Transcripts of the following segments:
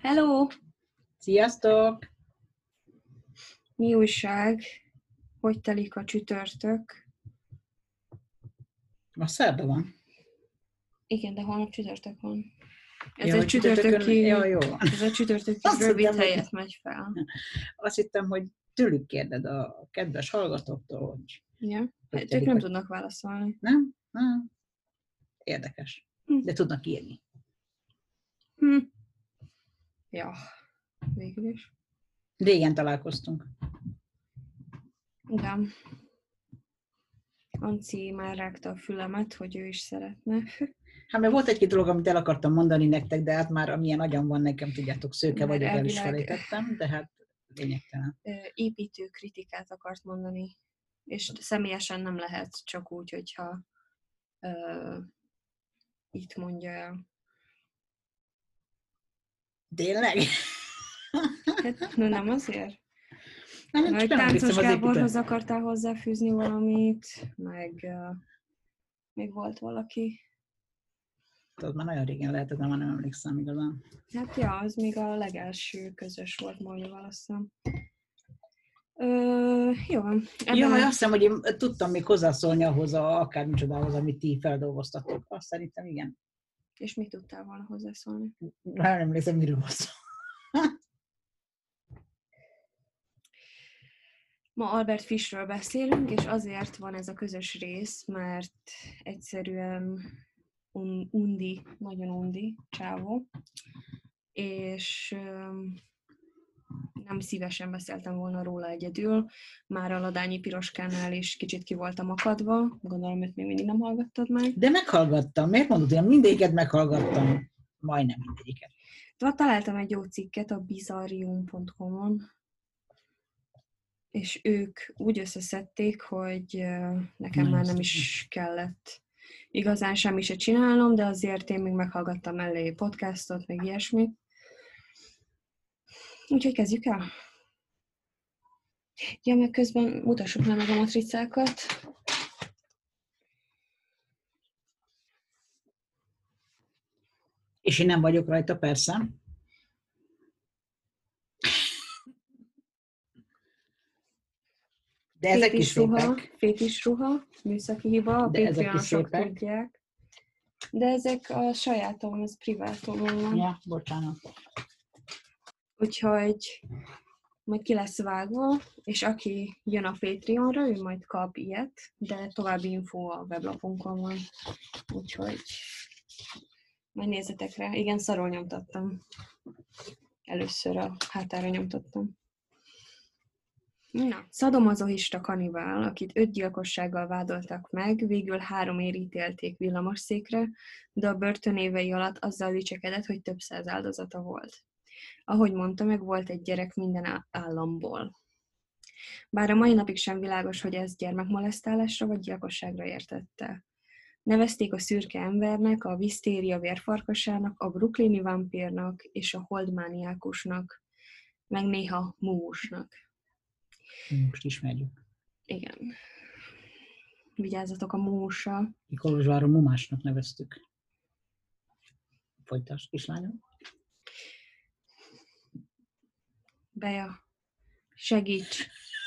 Hello! Sziasztok! Mi újság? Hogy telik a csütörtök? Ma szerda van. Igen, de holnap csütörtök van. Ez Ja, egy csütörtöki, ja, jó. ez egy csütörtöki Azt rövid hittem, helyet hogy- megy fel. Azt hittem, hogy tőlük kérded a kedves hallgatóktól, hogy Ja? hogy Hát ők telik nem a- tudnak válaszolni. Nem? Nem? Érdekes. De tudnak írni. Ja, végül is. Régen találkoztunk. Igen. Anci már rágta a fülemet, hogy ő is szeretne. Hát mert volt egy-két dolog, amit el akartam mondani nektek, de hát már amilyen agyam van nekem, tudjátok, szőke Mert vagyok, el is elvileg- felejtettem, de hát lényegtelen. Építő kritikát akart mondani, és személyesen nem lehet, csak úgy, hogyha itt mondja el. Tényleg? Hát, nem azért? Nem, Meg csak nem Táncos emlékszem az Gáborhoz építő. akartál hozzáfűzni valamit, meg még volt valaki. Tudod, már nagyon régen lehetett, de már nem emlékszem igazán. Hát ja, az még a legelső közös volt Molnyival, azt hiszem. Jó van. Ja, majd azt hiszem, hogy én tudtam még hozzászólni ahhoz akármicsodához, amit ti feldolgoztatok. Azt szerintem igen. És mit tudtál volna hozzászólni? Nem emlékszem, miről volt szó. Ma Albert Fischről beszélünk, és azért van ez a közös rész, mert egyszerűen undi, nagyon undi csávó, és nem szívesen beszéltem volna róla egyedül. Már a Ladányi Piroskánál is kicsit ki voltam akadva, gondolom, hogy még mindig nem hallgattad meg. De meghallgattam. Miért mondod, hogy mindegyiket meghallgattam? Majdnem mindegyiket. Találtam egy jó cikket a bizarrium.com-on, és ők úgy összeszedték, hogy nekem már nem is kellett igazán semmi se csinálnom, de azért én még meghallgattam mellé podcastot, meg ilyesmit. Úgyhogy kezdjük el. Ja, meg közben mutassuk meg a matricákat. És én nem vagyok rajta, persze. De ezek is szépek. Fétis ruha, műszaki hiba, a De ezek is Patreonosok szépek. tudják. De ezek a sajátom, ez privátumon van. Ja, bocsánat. Úgyhogy majd ki lesz vágva, és aki jön a Patreonra, ő majd kap ilyet, de további info a weblapunkon van. Úgyhogy majd nézzetek rá. Igen, szarul nyomtattam. Először a hátára nyomtattam. Na, szadomazochista kanibál, akit 5 gyilkossággal vádoltak meg, végül 3 ér ítélték villamosszékre, de a börtönévei alatt azzal dicsekedett, hogy több 100 áldozata volt. Ahogy mondta, meg volt egy gyerek minden államból. Bár a mai napig sem világos, hogy ez gyermekmolesztálásra vagy gyilkosságra értette. Nevezték a szürke embernek, a visztéria vérfarkasának, a brooklyni vámpírnak és a holdmániákusnak, meg néha mumusnak. Most ismerjük. Igen. Vigyázzatok a mumussal. Mi Kolozsváron mumásnak neveztük. Folytasd, kislányom. Beja, segíts!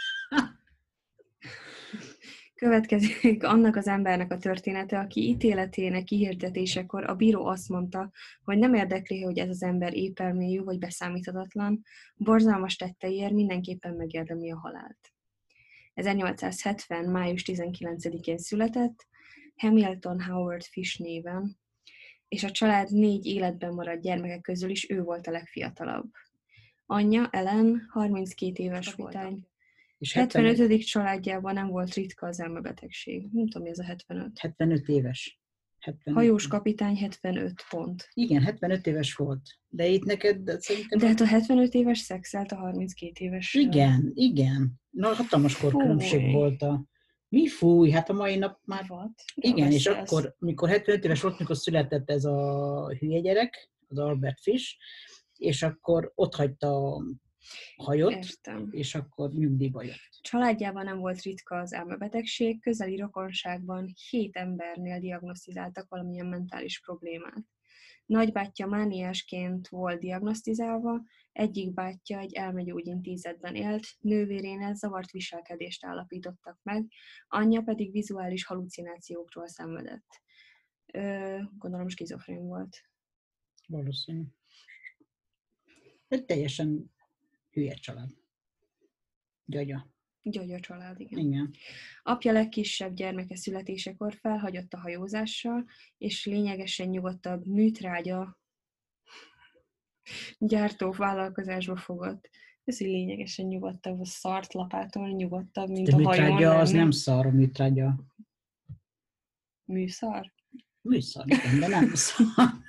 Következik annak az embernek a története, aki ítéletének kihirdetésekor a bíró azt mondta, hogy nem érdekli, hogy ez az ember éppelmélyű vagy beszámíthatatlan, borzalmas tetteiért mindenképpen megérdemli a halált. 1870. május 19-én született, Hamilton Howard Fish néven, és a család 4 életben maradt gyermeke közül is ő volt a legfiatalabb. Anyja, Ellen, 32 éves volt. És 75. családjában nem volt ritka az elmebetegség. Nem tudom, mi ez a 75. 75 éves. 75. Hajós kapitány 75 pont. Igen, 75 éves volt. De itt neked szerintem... De hát a 75 éves szexelt a 32 éves. Igen, igen. Na, hatalmas korkülönbség Fúj. volt a... Mi fúj? Hát a mai nap már... Volt. Igen, és akkor, mikor 75 éves volt, mikor született ez a hülye gyerek, az Albert Fish, és akkor ott hagyta a hajót, Értem. és akkor nyugdíjba jött. Családjában nem volt ritka az elmebetegség, közeli rokonságban 7 embernél diagnosztizáltak valamilyen mentális problémát. Nagybátyja mániásként volt diagnosztizálva, egyik bátyja egy elmegyógyintézetben élt, nővérénél zavart viselkedést állapítottak meg, anyja pedig vizuális halucinációkról szenvedett. Gondolom skizofrén volt. Valószínű. Egy teljesen hülye család. Gyagya. Gyagya család, igen. Igen. Apja legkisebb gyermeke születésekor felhagyott a hajózással, és lényegesen nyugodtabb műtrágya gyártó vállalkozásba fogott. Ez, hogy lényegesen nyugodtabb, a szart lapától nyugodtabb, mint De a hajón műtrágya az lenni. nem szar, a műtrágya. Műszar? Műszar, igen, de nem szar.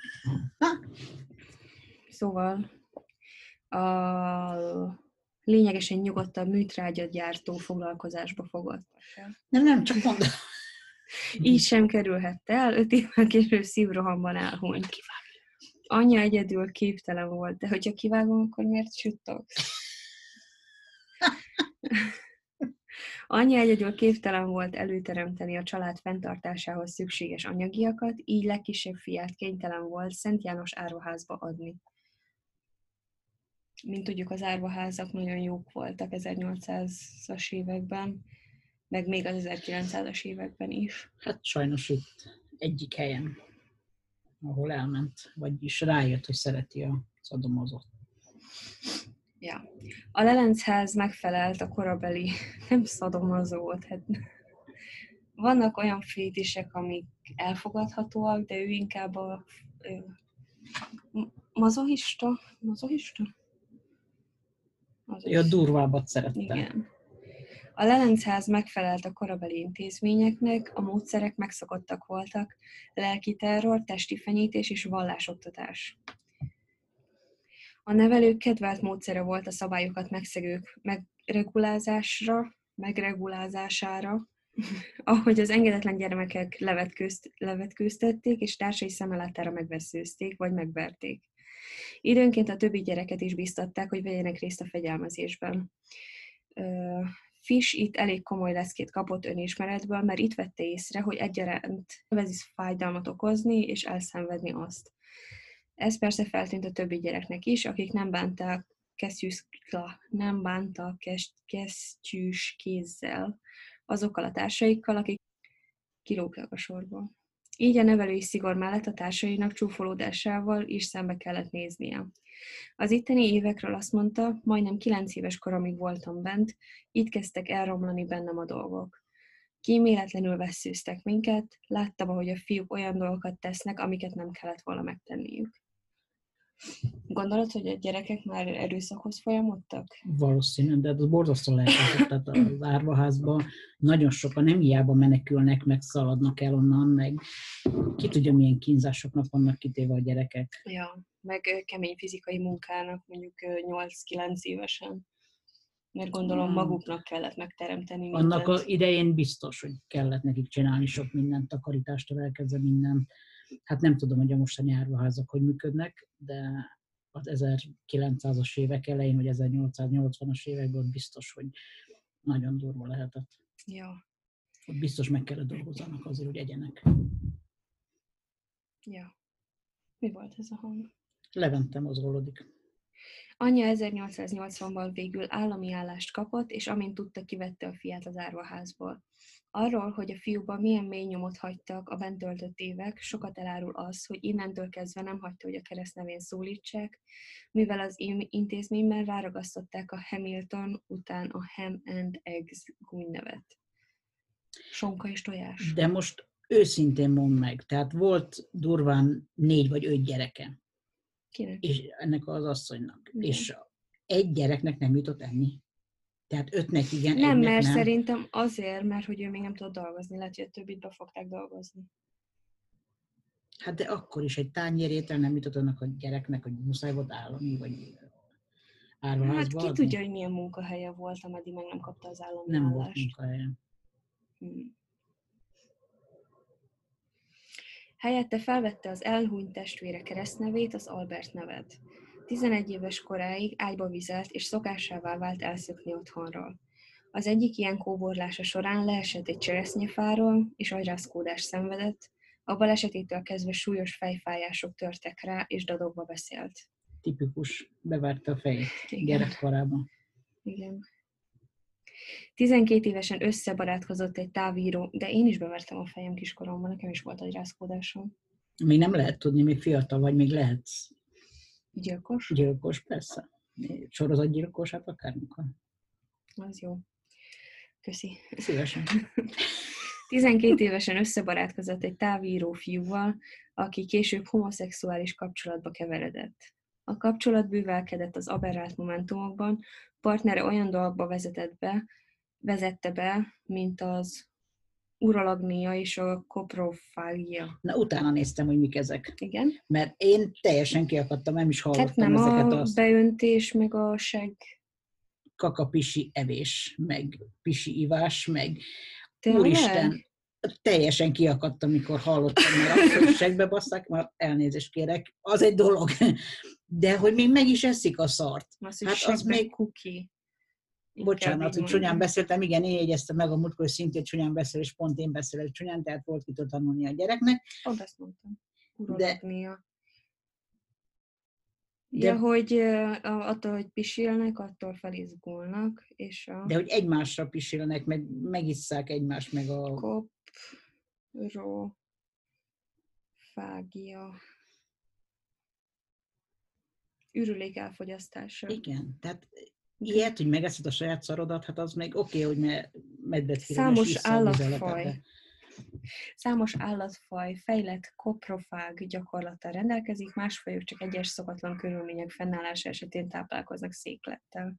Szóval a lényegesen nyugodtabb műtrágyagyártó foglalkozásba fogott. Nem, csak mondom. Így sem kerülhette el, 5 évvel később szívrohamban elhunyt. Anyja egyedül képtelen volt, de hogyha kivágom, akkor miért suttogsz? Anyja egyedül képtelen volt előteremteni a család fenntartásához szükséges anyagiakat, így legkisebb fiát kénytelen volt Szent János árvaházba adni. Mint tudjuk, az árvaházak nagyon jók voltak 1800-as években, meg még az 1900-as években is. Hát sajnos itt egyik helyen, ahol elment, vagyis rájött, hogy szereti a szadomazot. Ja. A Lelencház megfelelt a korabeli, nem szadomazó volt, hát vannak olyan fétisek, amik elfogadhatóak, de ő inkább a mazohista? Ő a durvábbat szerette. Igen. A Lelencház megfelelt a korabeli intézményeknek, a módszerek megszokottak voltak, lelki terror, testi fenyítés és vallásoktatás. A nevelők kedvelt módszere volt a szabályokat megszegők megregulázására, ahogy az engedetlen gyermekek levetkőztették, és társai szemelátára megveszőzték, vagy megverték. Időnként a többi gyereket is biztatták, hogy vegyenek részt a fegyelmezésben. Fish itt elég komoly leckét kapott önismeretből, mert itt vette észre, hogy egyaránt ez fájdalmat okozni, és elszenvedni azt. Ez persze feltűnt a többi gyereknek is, akik nem bántak kesztyűs kézzel azokkal a társaikkal, akik kilógtak a sorból. Így a nevelői szigor mellett a társainak csúfolódásával is szembe kellett néznie. Az itteni évekről azt mondta, majdnem 9 éves koromig voltam bent, itt kezdtek elromlani bennem a dolgok. Kíméletlenül vesszőztek minket, láttam, ahogy a fiúk olyan dolgokat tesznek, amiket nem kellett volna megtenniük. Gondolod, hogy a gyerekek már erőszakhoz folyamodtak? Valószínű, de ez borzasztó lehetett. Tehát az árvaházban nagyon sokan nem hiába menekülnek, meg szaladnak el onnan, meg ki tudja, milyen kínzásoknak vannak kitéve a gyerekek. Ja, meg kemény fizikai munkának mondjuk 8-9 évesen. Mert gondolom maguknak kellett megteremteni mindent. Annak az idején biztos, hogy kellett nekik csinálni sok mindent, takarítástól elkezdve mindent. Hát nem tudom, hogy a mostani árvaházak hogy működnek, de az 1900-as évek elején, vagy 1880-as években biztos, hogy nagyon durva lehetett. Ja. Biztos meg kellett dolgozzanak azért, hogy egyenek. Ja. Mi volt ez a hang? Levente mozgolódik. Anyja 1880-ban végül állami állást kapott, és amint tudta, kivette a fiát az árvaházból. Arról, hogy a fiúban milyen mély nyomot hagytak a bent töltött évek, sokat elárul az, hogy innentől kezdve nem hagyta, hogy a keresztnevén szólítsák, mivel az intézményben ráragasztották a Hamilton után a Ham and Eggs gúnynevet. Sonka és tojás. De most őszintén mondd meg, tehát volt durván 4 vagy 5 gyereke. Kinek? És ennek az asszonynak. Igen. És egy gyereknek nem jutott enni. Tehát 5-nek igen, nem, 1-nek mert nem. szerintem azért, mert hogy ő még nem tudott dolgozni. Lehet, hogy a többit be fogták dolgozni. Hát de akkor is egy tányérétel nem jutott annak a gyereknek, hogy muszáj volt állami, vagy árvaházba Hát ki adni? tudja, hogy milyen munkahelye volt, ameddig meg nem kapta az állami Nem állást. volt munkahelye. Helyette felvette az elhunyt testvére keresztnevét, az Albert nevet. 11 éves koráig ágyba vizelt, és szokásává vált elszökni otthonról. Az egyik ilyen kóborlása során leesett egy cseresznyefáról, és agyrázkódást szenvedett, A balesetétől kezdve súlyos fejfájások törtek rá, és dadogva beszélt. Tipikus, beverte a fejét Igen. gyerekkorában. Igen. 12 évesen összebarátkozott egy távíró, de én is bevertem a fejem kiskoromban, nekem is volt egy rázkódásom. Még nem lehet tudni, még fiatal vagy, még lehetsz Gyilkos? gyilkos, persze. Sorozatgyilkos, hát akármikor. Az jó. Köszi. Szívesen. 12 évesen összebarátkozott egy távíró fiúval, aki később homoszexuális kapcsolatba keveredett. A kapcsolat bővelkedett az aberrált momentumokban, partnere olyan dolgokba vezette be, mint az urolagnia és a koprofágia. Na, utána néztem, hogy mik ezek. Igen? Mert én teljesen kiakadtam, nem is hallottam Hát nem ezeket a beöntés, meg a segg. Kakapisi evés, meg pisi ivás, meg Tényleg? úristen, teljesen kiakadtam, amikor hallottam, mert azt, hogy segbe basszák, már elnézést kérek, az egy dolog. De hogy még meg is eszik a szart. Az, hogy Hát az még kuki. Bocsánat, hogy csúnyán beszéltem, igen, én jegyeztem meg a múltkor, hogy szintén csúnyán beszél, és pont én beszélek csúnyán, tehát volt kitől tanulni a gyereknek. Pont azt mondtam. Urolagnia. De, ja, hogy attól, hogy pisilnek, attól felizgulnak, és de hogy egymásra pisilnek, meg megisszák egymást, meg a... Koprofágia. Ürülék elfogyasztása. Igen, tehát ilyet, hogy megeszed a saját szarodat, hát az még oké, hogy medvet Számos állatfaj fejlett koprofág gyakorlattal rendelkezik, más fajok csak egyes szokatlan körülmények fennállása esetén táplálkoznak széklettel.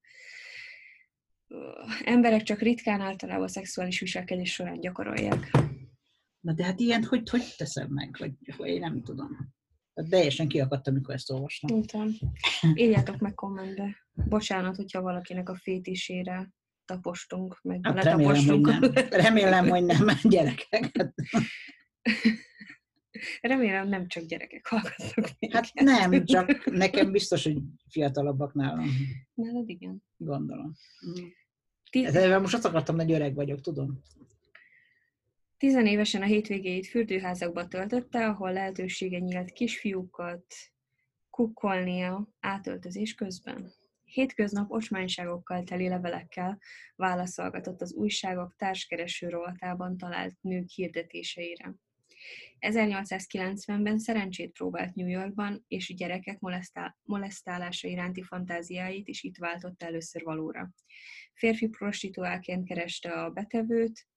Emberek csak ritkán, általában szexuális viselkedés során gyakorolják. Na de hát ilyen, hogy teszem meg? Vagy én nem tudom. Teljesen kiakadtam, amikor ezt olvastam. Mondtam. Írjátok meg kommentbe. Bocsánat, hogyha valakinek a fétisére tapostunk, meg hát letapostunk. Remélem, hogy nem, gyerekek. Remélem, nem csak gyerekek hallgatnak minket. Hát nem, csak nekem biztos, hogy fiatalabbak nálam. Nálad igen. Gondolom. Ezzel most azt akartam, hogy öreg vagyok, tudom. 10 évesen a hétvégéit fürdőházakba töltötte, ahol lehetősége nyílt kisfiúkat kukkolnia átöltözés közben. Hétköznap ocsmányságokkal teli levelekkel válaszolgatott az újságok társkereső rovatában talált nők hirdetéseire. 1890-ben szerencsét próbált New Yorkban, és gyerekek molesztálása iránti fantáziáit is itt váltotta először valóra. Férfi prostituálként kereste a betevőt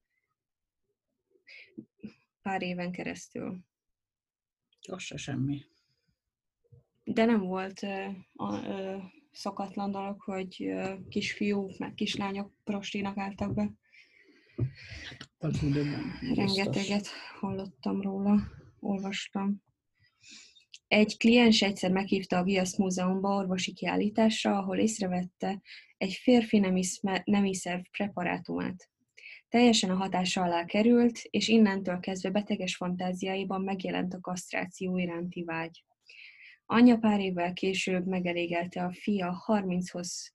pár éven keresztül. Az se semmi. De nem volt szokatlan dolog, hogy kisfiúk, meg kislányok prostinak álltak be. Az időben. Rengeteget hallottam róla, olvastam. Egy kliens egyszer meghívta a Viasz Múzeumba orvosi kiállításra, ahol észrevette egy férfi nemi szerv preparátumát. Teljesen a hatása alá került, és innentől kezdve beteges fantáziáiban megjelent a kasztráció iránti vágy. Anyja pár évvel később megelégelte a fia 30-hoz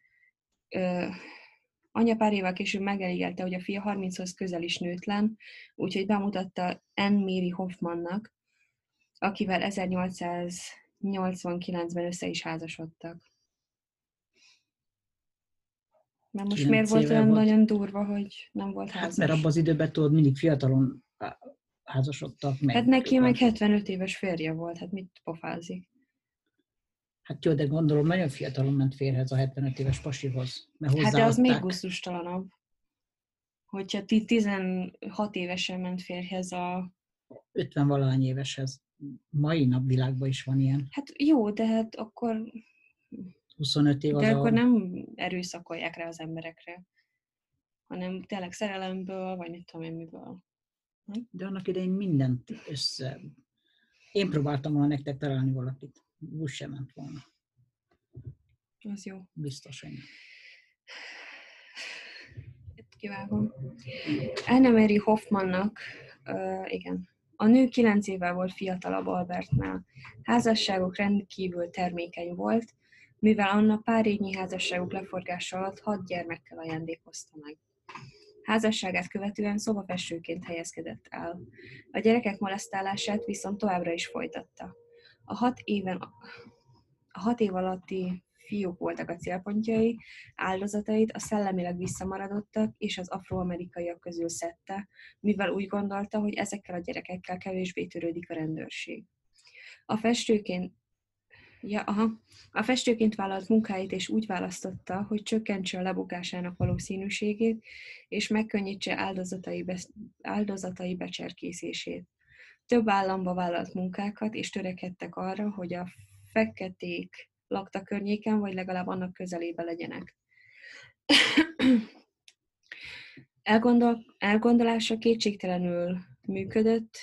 hogy a fia 30-hoz közel is nőtlen, úgyhogy bemutatta Anne Mary Hoffmannak, akivel 1889-ben össze is házasodtak. Mert most miért volt olyan nagyon durva, hogy nem volt házas? Hát mert abban az időben tudod, mindig fiatalon házasodtak meg. Hát neki meg 75 éves férje volt, hát mit pofázik? Hát jó, de gondolom, nagyon fiatalon ment férhez a 75 éves pasihoz. Hát de az még gusztustalanabb. Hogyha 16 évesen ment férhez a... 50-valahány éveshez. Mai napvilágban is van ilyen. Hát jó, de hát akkor... 25 év az de akkor nem erőszakolják rá az emberekre, hanem tényleg szerelemből, vagy mit tudom én miből. De annak idején mindent össze... Én próbáltam volna nektek találni valakit. Úgy sem ment volna. Az jó. Biztos, hogy nem. Kivágom. Anne Mary Hoffmannak, igen. A nő 9 évvel volt fiatalabb Albertnál. Házasságok rendkívül termékeny volt, mivel Anna pár évnyi házasságok leforgása alatt 6 gyermekkel ajándékozta meg. Házasságát követően szobafestőként helyezkedett el. A gyerekek molesztálását viszont továbbra is folytatta. A 6 év alatti fiúk voltak a célpontjai, áldozatait a szellemileg visszamaradottak és az afroamerikaiak közül szedte, mivel úgy gondolta, hogy ezekkel a gyerekekkel kevésbé törődik a rendőrség. A festőként vállalt munkáit és úgy választotta, hogy csökkentse a lebukásának valószínűségét, és megkönnyítse áldozatai becserkészését. Több államba vállalt munkákat, és törekedtek arra, hogy a feketék lakta környéken, vagy legalább annak közelébe legyenek. Elgondolása kétségtelenül működött,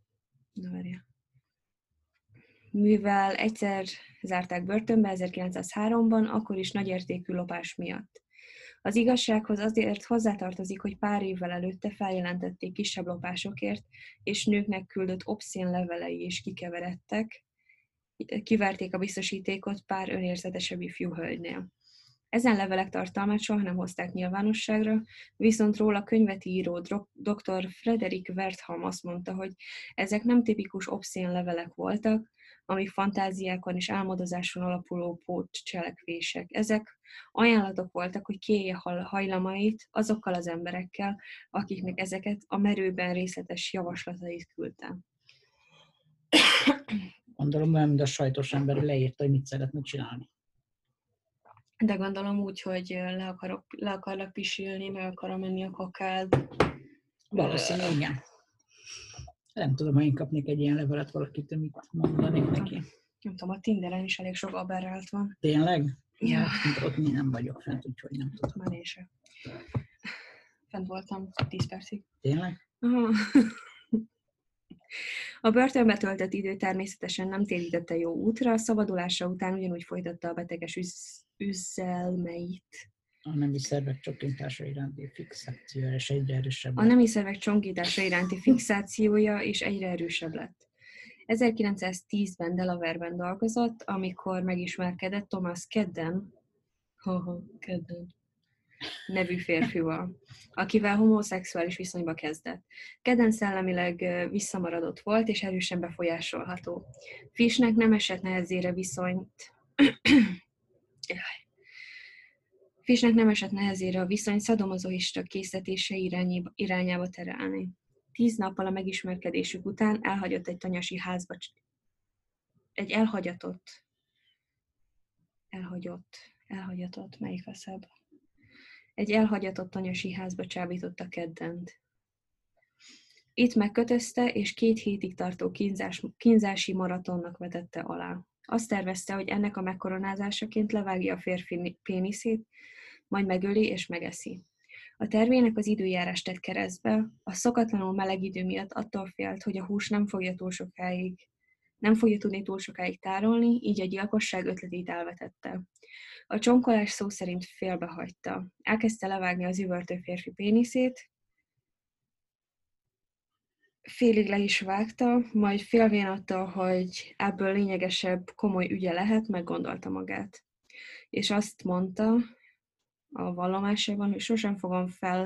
mivel egyszer zárták börtönbe 1903-ban, akkor is nagyértékű lopás miatt. Az igazsághoz azért hozzátartozik, hogy pár évvel előtte feljelentették kisebb lopásokért, és nőknek küldött obszén levelei is kikeveredtek, kiverték a biztosítékot pár önérzetesebb ifjú hölgynél. Ezen levelek tartalmát soha nem hozták nyilvánosságra, viszont róla könyvet író dr. Frederick Wertham azt mondta, hogy ezek nem tipikus obszén levelek voltak, amik fantáziákon és álmodozáson alapuló pótcselekvések. Ezek ajánlatok voltak, hogy kiélje hajlamait azokkal az emberekkel, akiknek ezeket a merőben részletes javaslatait küldte. Gondolom, hogy a sajtos ember leírta, hogy mit szeretne csinálni. De gondolom úgy, hogy le akarlak pisilni, meg akarom menni a kakád. Valószínűleg igen. Nem tudom, ha én kapnék egy ilyen levelet valakitől, mit mondanék neki. Nem tudom, a Tinderen is elég sok aberrált van. Tényleg? Ja. Ott nem vagyok fent, úgyhogy nem tudom. Már én sem. Fent voltam 10 percig. Tényleg? Aha. A börtönbe töltött idő természetesen nem térítette jó útra, a szabadulása után ugyanúgy folytatta a beteges üzelmeit. A nemi szervek csonkítása iránti fixációja és egyre erősebb lett. A nemi szervek csonkítása iránti fixációja is egyre erősebb lett. 1910-ben Delaware-ben dolgozott, amikor megismerkedett Thomas Kedden nevű férfival, akivel homoszexuális viszonyba kezdett. Kedden szellemileg visszamaradott volt és erősen befolyásolható. Fishnek nem esett nehezére a viszony szadomazochista késztetése irányába terelni. 10 nappal a megismerkedésük után elhagyott egy tanyasi házba, egy elhagyatott tanyasi házba csábította Keddent. Itt megkötözte, és 2 hétig tartó kínzási maratonnak vetette alá. Azt tervezte, hogy ennek a megkoronázásaként levágja a férfi péniszét, majd megöli és megeszi. A tervének az időjárás tett keresztbe, a szokatlanul meleg idő miatt attól félt, hogy a hús nem fogja tudni túl sokáig tárolni, így a gyilkosság ötletét elvetette. A csonkolás szó szerint félbehagyta. Elkezdte levágni az üvöltő férfi péniszét, félig le is vágta, majd félvén attól, hogy ebből lényegesebb, komoly ügye lehet, meggondolta magát. És azt mondta a vallomásában, hogy sosem fogom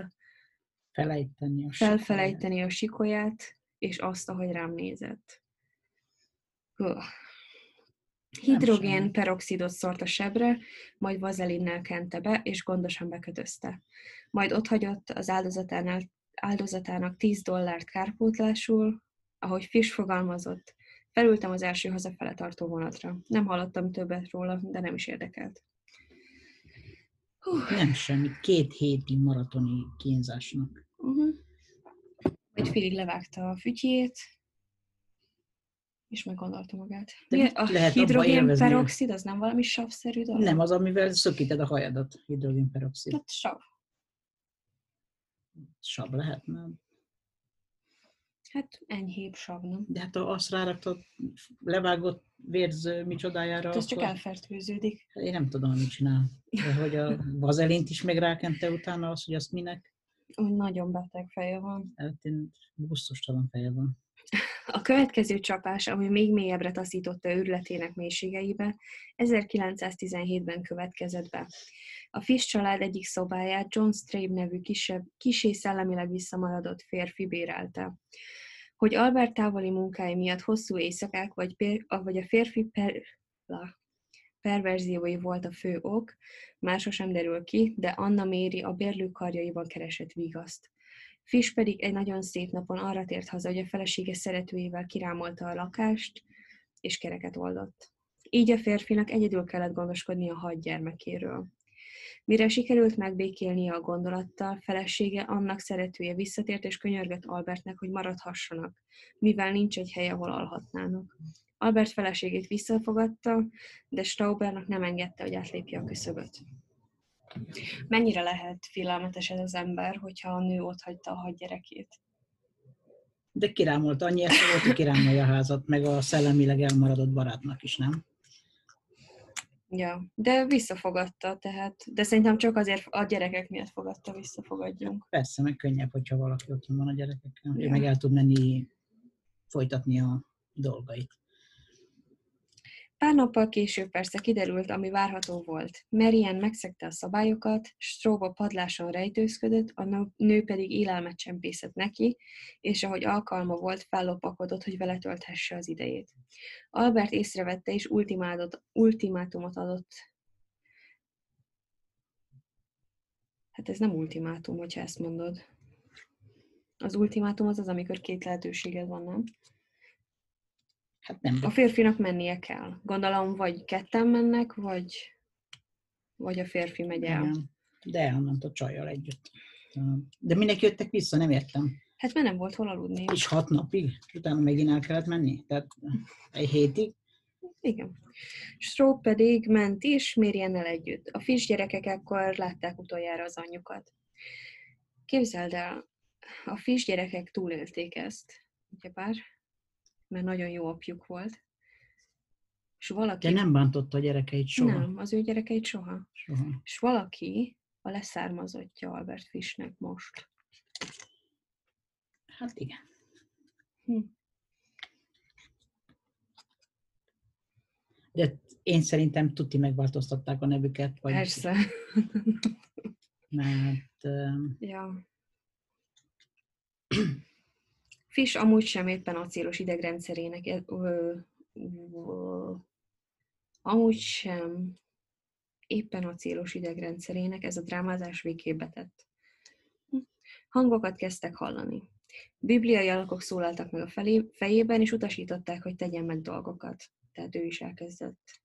felfelejteni a sikolyát, és azt, ahogy rám nézett. Hidrogén peroxidot szórt a sebre, majd vazelinnel kente be, és gondosan bekötözte. Majd otthagyott az áldozatának $10 kárpótlásul, ahogy Fish fogalmazott. Felültem az első hazafele tartó vonatra. Nem hallottam többet róla, de nem is érdekelt. Nem semmi, 2 héti maratoni kínzásnak. Majd félig levágta a fütyjét, és meggondolta magát. A hidrogénperoxid az nem valami savszerű dolog? Nem, az, amivel szökíted a hajadat, hidrogénperoxid. Hát sav. Sav lehet, nem? Hát enyhébb sav, nem? De hát azt ráraktad, levágott vérző micsodájára. Hát az csak elfertőződik. Én nem tudom, mit csinál. De hogy a vazelint is meg rákente utána az, hogy azt minek? Úgy nagyon beteg feje van. Hát én gusztustalan feje van. A következő csapás, ami még mélyebbre taszította őrületének mélységeibe, 1917-ben következett be. A Fish család egyik szobáját John Strabe nevű kissé szellemileg visszamaradott férfi bérelte. Hogy Albert távoli munkái miatt hosszú éjszakák vagy a férfi perverziói volt a fő ok, már sosem derül ki, de Anna Mary a bérlők karjaiban keresett vigaszt. Fish pedig egy nagyon szép napon arra tért haza, hogy a felesége szeretőjével kirámolta a lakást, és kereket oldott. Így a férfinak egyedül kellett gondoskodni a 6 gyermekéről. Mire sikerült megbékélnie a gondolattal, felesége, annak szeretője visszatért és könyörgött Albertnek, hogy maradhassanak, mivel nincs egy hely, ahol alhatnának. Albert feleségét visszafogadta, de Staubernak nem engedte, hogy átlépje a küszöböt. Mennyire lehet félelmetes ez az ember, hogyha a nő otthagyta a 6 gyerekét? De kirámolta, annyi esze volt, hogy kirámolja a házat, meg a szellemileg elmaradott barátnak is, nem? Ja, de visszafogadta, tehát, de szerintem csak azért a gyerekek miatt fogadta, visszafogadjunk. Persze, meg könnyebb, hogyha valaki ott van a gyerekekkel, Ja. meg el tud menni, folytatni a dolgait. Pár nappal később persze kiderült, ami várható volt. Marian megszegte a szabályokat, Straube a padláson rejtőzködött, a nő pedig élelmet csempészett neki, és ahogy alkalma volt, fellopakodott, hogy vele tölthesse az idejét. Albert észrevette és ultimátumot adott. Hát ez nem ultimátum, hogyha ezt mondod. Az ultimátum az, amikor 2 lehetőséged van, nem? Hát nem. A férfinak mennie kell. Gondolom, vagy ketten mennek, vagy a férfi megy el. Igen. De elment a csajjal együtt. De minek jöttek vissza, nem értem. Hát mert nem volt hol aludni. És 6 napig? És utána megint el kellett menni? Tehát egy hétig? Igen. Straube pedig ment is Mariannel együtt. A Fish gyerekek ekkor látták utoljára az anyjukat. Képzeld el, a Fish gyerekek túlélték ezt, ugyebár, mert nagyon jó apjuk volt. És valaki... De nem bántotta a gyerekeit soha. Nem, az ő gyerekeit soha. Soha. És valaki a leszármazottja Albert Fishnek most. Hát igen. De én szerintem tuti megváltoztatták a nevüket. Vagy... Persze. Mert... Ja. Fish amúgy sem éppen acélos idegrendszerének... Amúgy sem éppen acélos idegrendszerének ez a drámázás végkébe tett. Hangokat kezdtek hallani. Bibliai alakok szólaltak meg a fejében, és utasították, hogy tegyen meg dolgokat. Tehát ő is elkezdett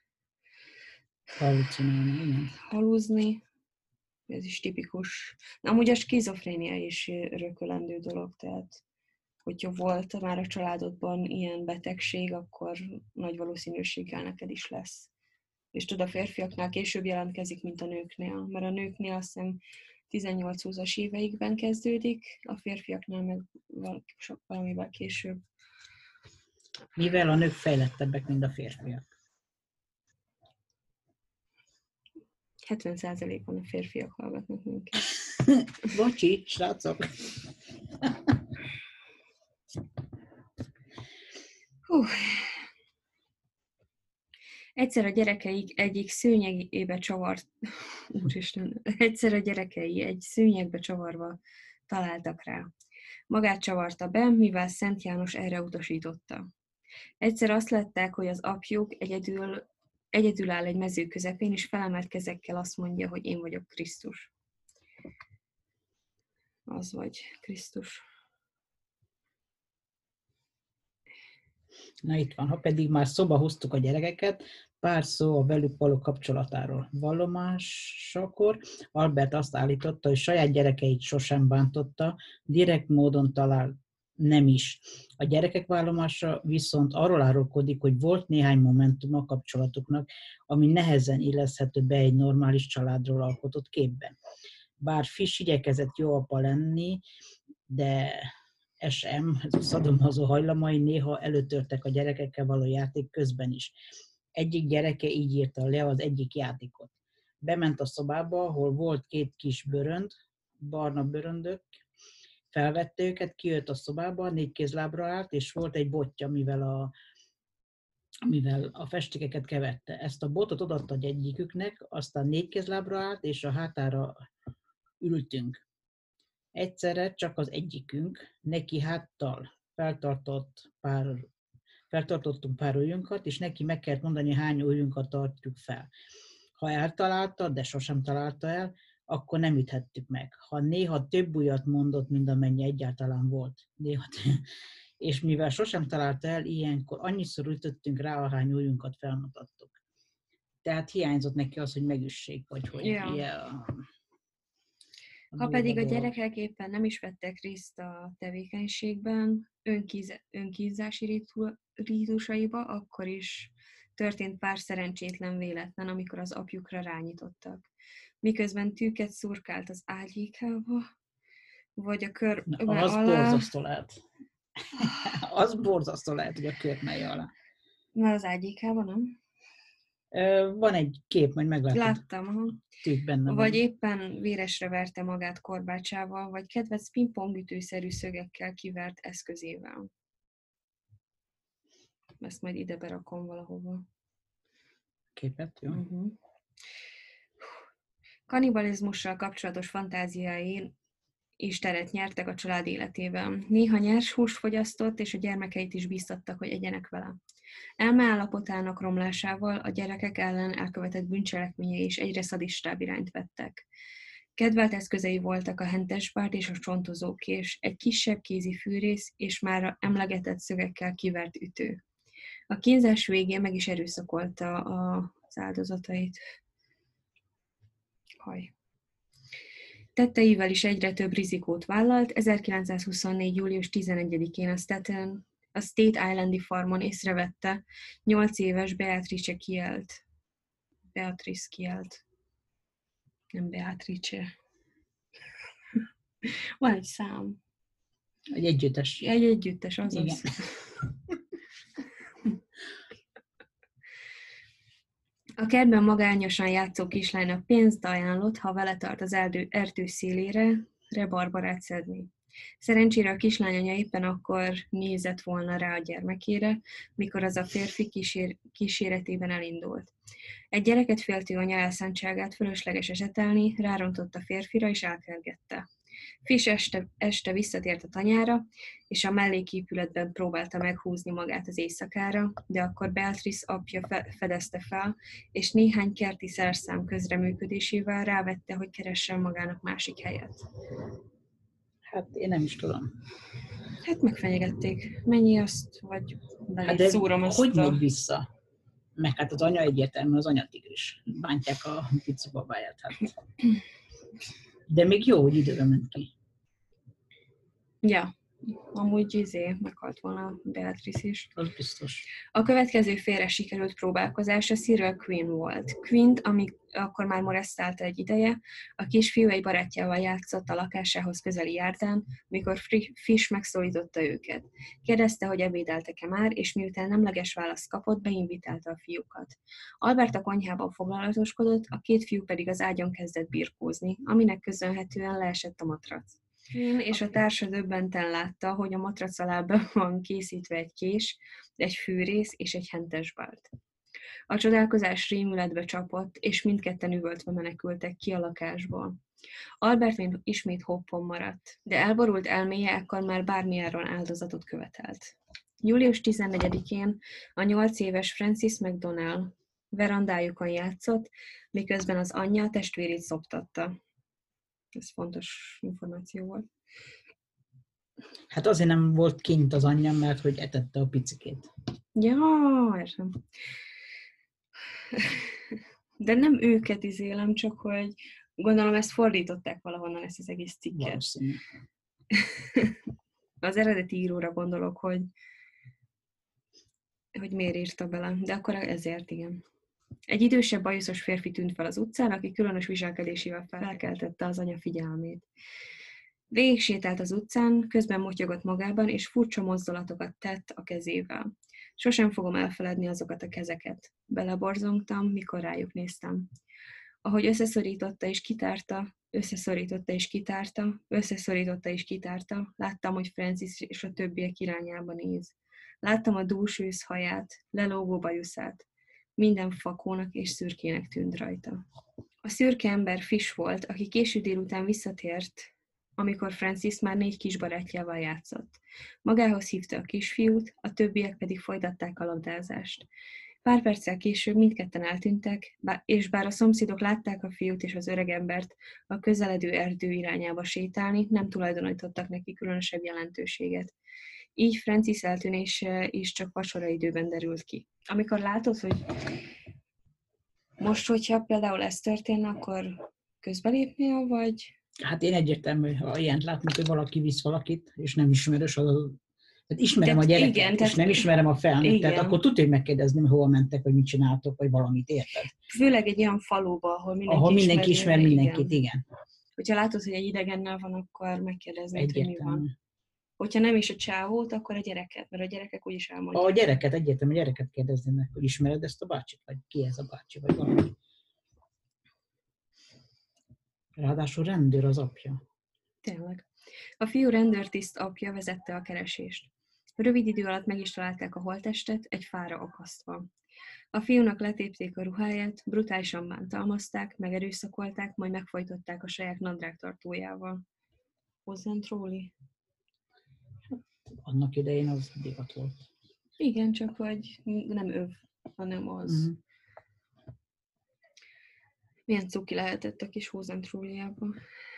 halúzni. Ez is tipikus. Amúgy a skizofrénia is örökölendő dolog, tehát hogyha volt már a családodban ilyen betegség, akkor nagy valószínűséggel neked is lesz. És tudod, a férfiaknál később jelentkezik, mint a nőknél, mert a nőknél azt hiszem 18-20-as éveikben kezdődik, a férfiaknál meg valamivel később. Mivel a nők fejlettebbek, mint a férfiak? 70%-on a férfiak hallgatnak minket. Bocsi, srácok! Egyszer a gyerekeik egyik szőnyegébe csavart... Úristen, egyszer a gyerekei egy szőnyegbe csavarva találtak rá. Magát csavarta be, mivel Szent János erre utasította. Egyszer azt látták, hogy az apjuk egyedül áll egy mező közepén, és felemelt kezekkel azt mondja, hogy én vagyok Krisztus. Az vagy Krisztus. Na itt van, ha pedig már szóba hoztuk a gyerekeket, pár szó a velük való kapcsolatáról. Vallomásakor Albert azt állította, hogy saját gyerekeit sosem bántotta, direkt módon talán nem is. A gyerekek vallomása viszont arról árulkodik, hogy volt néhány momentum a kapcsolatuknak, ami nehezen illeszthető be egy normális családról alkotott képben. Bár Fish igyekezett jó apa lenni, de SM, ez a szadomazó hajlamai néha előtörtek a gyerekekkel való játék közben is. Egyik gyereke így írta le az egyik játékot. Bement a szobába, ahol volt 2 kis bőrönd, barna bőröndök, felvette őket, kijött a szobába, 4 kézlábra állt, és volt egy botja, mivel a festékeket keverte. Ezt a botot odaadta egyiküknek, aztán 4 kézlábra állt, és a hátára ültünk. Egyszerre csak az egyikünk neki háttal feltartottunk pár ujjunkat, és neki meg kellett mondani, hány ujjunkat tartjuk fel. Ha eltalálta, de sosem találta el, akkor nem üthettük meg. Ha néha több ujjat mondott, mint amennyi egyáltalán volt. És mivel sosem találta el, ilyenkor annyiszor ütöttünk rá, ahány ujjunkat felmutattuk. Tehát hiányzott neki az, hogy megüssék, vagy hogy Ja. Ha pedig a gyerekek éppen nem is vettek részt a tevékenységben, önkínzási rítusaiba, akkor is történt pár szerencsétlen véletlen, amikor az apjukra rányítottak. Miközben tűket szurkált az ágyékába, vagy a körbe az alá... borzasztó lehet. Az borzasztó lehet, hogy a körmelje alá. Mert az ágyékában, nem? Van egy kép, majd meglátod. Láttam, aha. Tűk benne Vagy van. éppen véresre verte magát korbácsával, vagy kedvenc pingpongütőszerű szögekkel kivert eszközével. Ezt majd ide berakom valahova. Képet, jó? Uh-huh. Kannibalizmussal kapcsolatos fantáziái is teret nyertek a család életében. Néha nyers húst fogyasztott, és a gyermekeit is bíztattak, hogy egyenek vele. Elmeállapotának romlásával a gyerekek ellen elkövetett bűncselekményei is egyre szadistább irányt vettek. Kedvelt eszközei voltak a hentesbárt és a csontozókés, egy kisebb kézi fűrész és már emlegetett szögekkel kivert ütő. A kínzás végén meg is erőszakolta az áldozatait. Tetteivel is egyre több rizikót vállalt. 1924. július 11-én a State Islandi farmon észrevette 8 éves Beatrice Kielt. Nem Beatrice. Van egy szám. Egy együttes. Egy együttes, azaz. Igen. A kertben magányosan játszó kislánynak pénzt ajánlott, ha vele tart az erdő szélére, rebarbarát szedni. Szerencsére a kislányanya éppen akkor nézett volna rá a gyermekére, mikor az a férfi kíséretében elindult. Egy gyereket féltő anya elszántságát fölösleges esetelni, rárontott a férfira és elkergette. Fish este visszatért a tanyára, és a melléképületben próbálta meghúzni magát az éjszakára, de akkor Beatrice apja fedezte fel, és néhány kerti szerszám közreműködésével rávette, hogy keressen magának másik helyet. Hát én nem is tudom. Hát megfenyegették. Mennyi azt, vagy de szúrom azt hogy megy vissza? Meg hát az anya egyértelmű, az anyatigris. Bántják a pici babáját. Hát. De még jó, hogy időre ment ki. Ja, amúgy meghalt volna Beatrice is. Az biztos. A következő félre sikerült próbálkozása Cyril Quinn volt. Quinn, ami akkor már molesztálta egy ideje, a kisfiú egy barátjával játszott a lakásához közeli járdán, mikor Fish megszólította őket. Kérdezte, hogy ebédeltek-e már, és miután nemleges választ kapott, beinvitálta a fiúkat. Albert a konyhában foglalatoskodott, a 2 fiú pedig az ágyon kezdett birkózni, aminek köszönhetően leesett a matrac. Quinn és a társa döbbenten látta, hogy a matrac alá be van készítve egy kés, egy fűrész és egy hentesbárt. A csodálkozás rémületbe csapott, és mindketten üvöltve menekültek ki a lakásból. Albert ismét hoppon maradt, de elborult elméje ekkor már bármilyen áldozatot követelt. Július 14-én a 8 éves Francis McDonnell verandájukon játszott, miközben az anyja a testvérét szoptatta. Ez fontos információ volt. Hát azért nem volt kint az anyja, mert hogy etette a picikét. Ja, értem. De nem őket izélem, csak hogy gondolom ezt fordították valahonnan, ezt az egész cikket. Valószínű. Az eredeti íróra gondolok, hogy miért írta bele, de akkor ezért igen. Egy idősebb bajuszos férfi tűnt fel az utcán, aki különös viselkedésével felkeltette az anya figyelmét. Végig sétált az utcán, közben motyogott magában, és furcsa mozdulatokat tett a kezével. Sosem fogom elfeledni azokat a kezeket. Beleborzongtam, mikor rájuk néztem. Ahogy összeszorította és kitárta, Összeszorította és kitárta. Láttam, hogy Francis és a többiek irányába néz. Láttam a dús ősz haját, lelógó bajuszát. Minden fakónak és szürkének tűnt rajta. A szürke ember Fish volt, aki késő délután visszatért, amikor Francis már 4 kis barátjával játszott. Magához hívta a kisfiút, a többiek pedig folytatták a labdázást. Pár perccel később mindketten eltűntek, és bár a szomszédok látták a fiút és az öregembert a közeledő erdő irányába sétálni, nem tulajdonítottak neki különösebb jelentőséget. Így Francis eltűnése is csak vacsora időben derült ki. Amikor látod, hogy most, hogyha például ez történne, akkor közbelépnél, vagy... Hát én egyértelmű, ha ilyent látnak, hogy valaki visz valakit, és nem ismerős, tehát ismerem a gyereket, igen, és nem ismerem a felnőttet, akkor tudja, hogy megkérdezni, hogy hova mentek, vagy mit csináltok, vagy valamit, érted? Főleg egy olyan faluba, ahol mindenki ismer mindenkit, igen. Hogyha látod, hogy egy idegennel van, akkor megkérdezni, hogy mi van. Hogyha nem is a csávót, akkor a gyereket, mert a gyerekek úgyis elmondják. A gyereket, egyértelmű, a gyereket kérdezni meg, hogy ismered ezt a bácsit, vagy ki ez a bácsi, vagy valami. Ráadásul rendőr az apja. Tényleg. A fiú rendőrtiszt apja vezette a keresést. Rövid idő alatt meg is találták a holttestet, egy fára akasztva. A fiúnak letépték a ruháját, brutálisan bántalmazták, megerőszakolták, majd megfojtották a saját nadrágtartójával. Hozzám tróli? Annak idején az divat volt. Igen, csak hogy nem öv, hanem az. Mm. Milyen cuki lehetett a kis hózentróliában.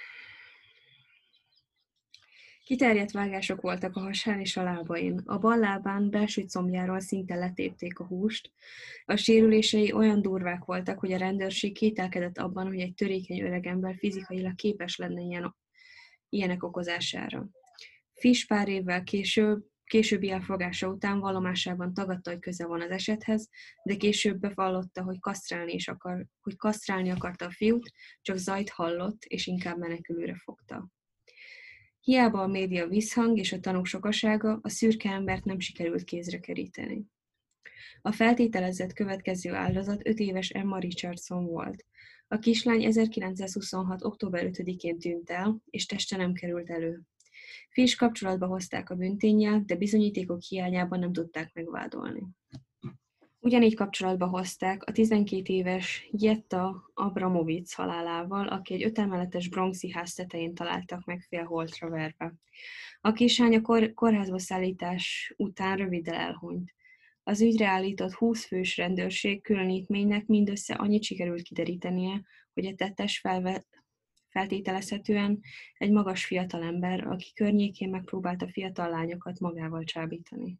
Kiterjedt vágások voltak a hasán és a lábain. A bal lábán belső combjáról szinte letépték a húst. A sérülései olyan durvák voltak, hogy a rendőrség kételkedett abban, hogy egy törékeny öregember fizikailag képes lenne ilyenek okozására. Fish pár évvel későbbi elfogása után vallomásában tagadta, hogy köze van az esethez, de később bevallotta, hogy kasztrálni akarta a fiút, csak zajt hallott, és inkább menekülőre fogta. Hiába a média visszhang és a tanúk sokasága, a szürke embert nem sikerült kézre keríteni. A feltételezett következő áldozat 5 éves Emma Richardson volt. A kislány 1926. október 5-én tűnt el, és teste nem került elő. Fish kapcsolatba hozták a bűnténnyel, de bizonyítékok hiányában nem tudták megvádolni. Ugyanígy kapcsolatba hozták a 12 éves Jetta Abramovic halálával, aki egy 5 emeletes bronxi ház tetején találtak meg félholtra verve. A kislány a kórházba szállítás után röviddel elhunyt. Az ügyre állított 20 fős rendőrség különítménynek mindössze annyit sikerült kiderítenie, hogy a tettes feltételezhetően egy magas fiatalember, aki környékén megpróbálta fiatal lányokat magával csábítani.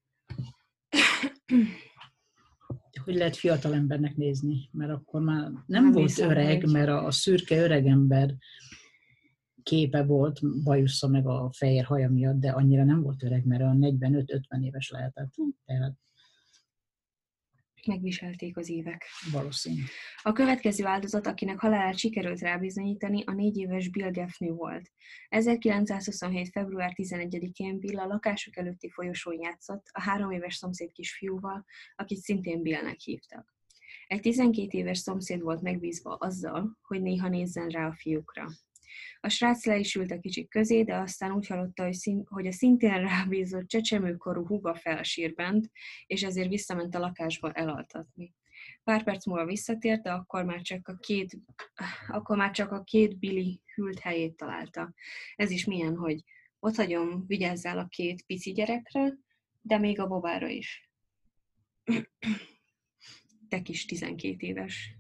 Hogy lehet fiatalembernek nézni? Mert akkor már nem volt öreg, mert a szürke öregember képe volt, bajusza meg a fehér haja miatt, de annyira nem volt öreg, mert a 45-50 éves lehetett. Tehát megviselték az évek. Valószínű. A következő áldozat, akinek halálát sikerült rábizonyítani, a 4 éves Bill Gaffney volt. 1927. február 11-én Bill a lakásuk előtti folyosón játszott a 3 éves szomszéd kisfiúval, akit szintén Billnek hívtak. Egy 12 éves szomszéd volt megbízva azzal, hogy néha nézzen rá a fiúkra. A srác le is ült a kicsik közé, de aztán úgy hallotta, hogy a szintén rábízott csecsemőkorú húga felsír bent, és ezért visszament a lakásba elaltatni. Pár perc múlva visszatért, de akkor már csak a két Billy hűlt helyét találta. Ez is milyen, hogy ott hagyom, vigyázzál a 2 pici gyerekre, de még a bobára is. Te kis 12 éves.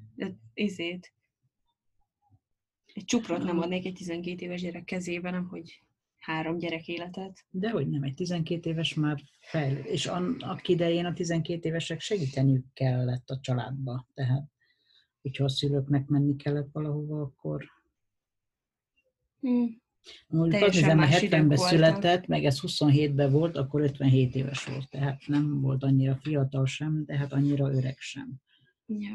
Egy csuprot nem adnék egy 12 éves gyerek kezébe, nem hogy 3 gyerek életet. Dehogy nem, egy 12 éves már fejlőd. És annak idején a 12 évesek segíteniük kellett a családba. Tehát, hogyha a szülőknek menni kellett valahova, akkor... Mondjuk azt nézem, mert 70-ben született, meg ez 27-ben volt, akkor 57 éves volt. Tehát nem volt annyira fiatal sem, de hát annyira öreg sem. Ja.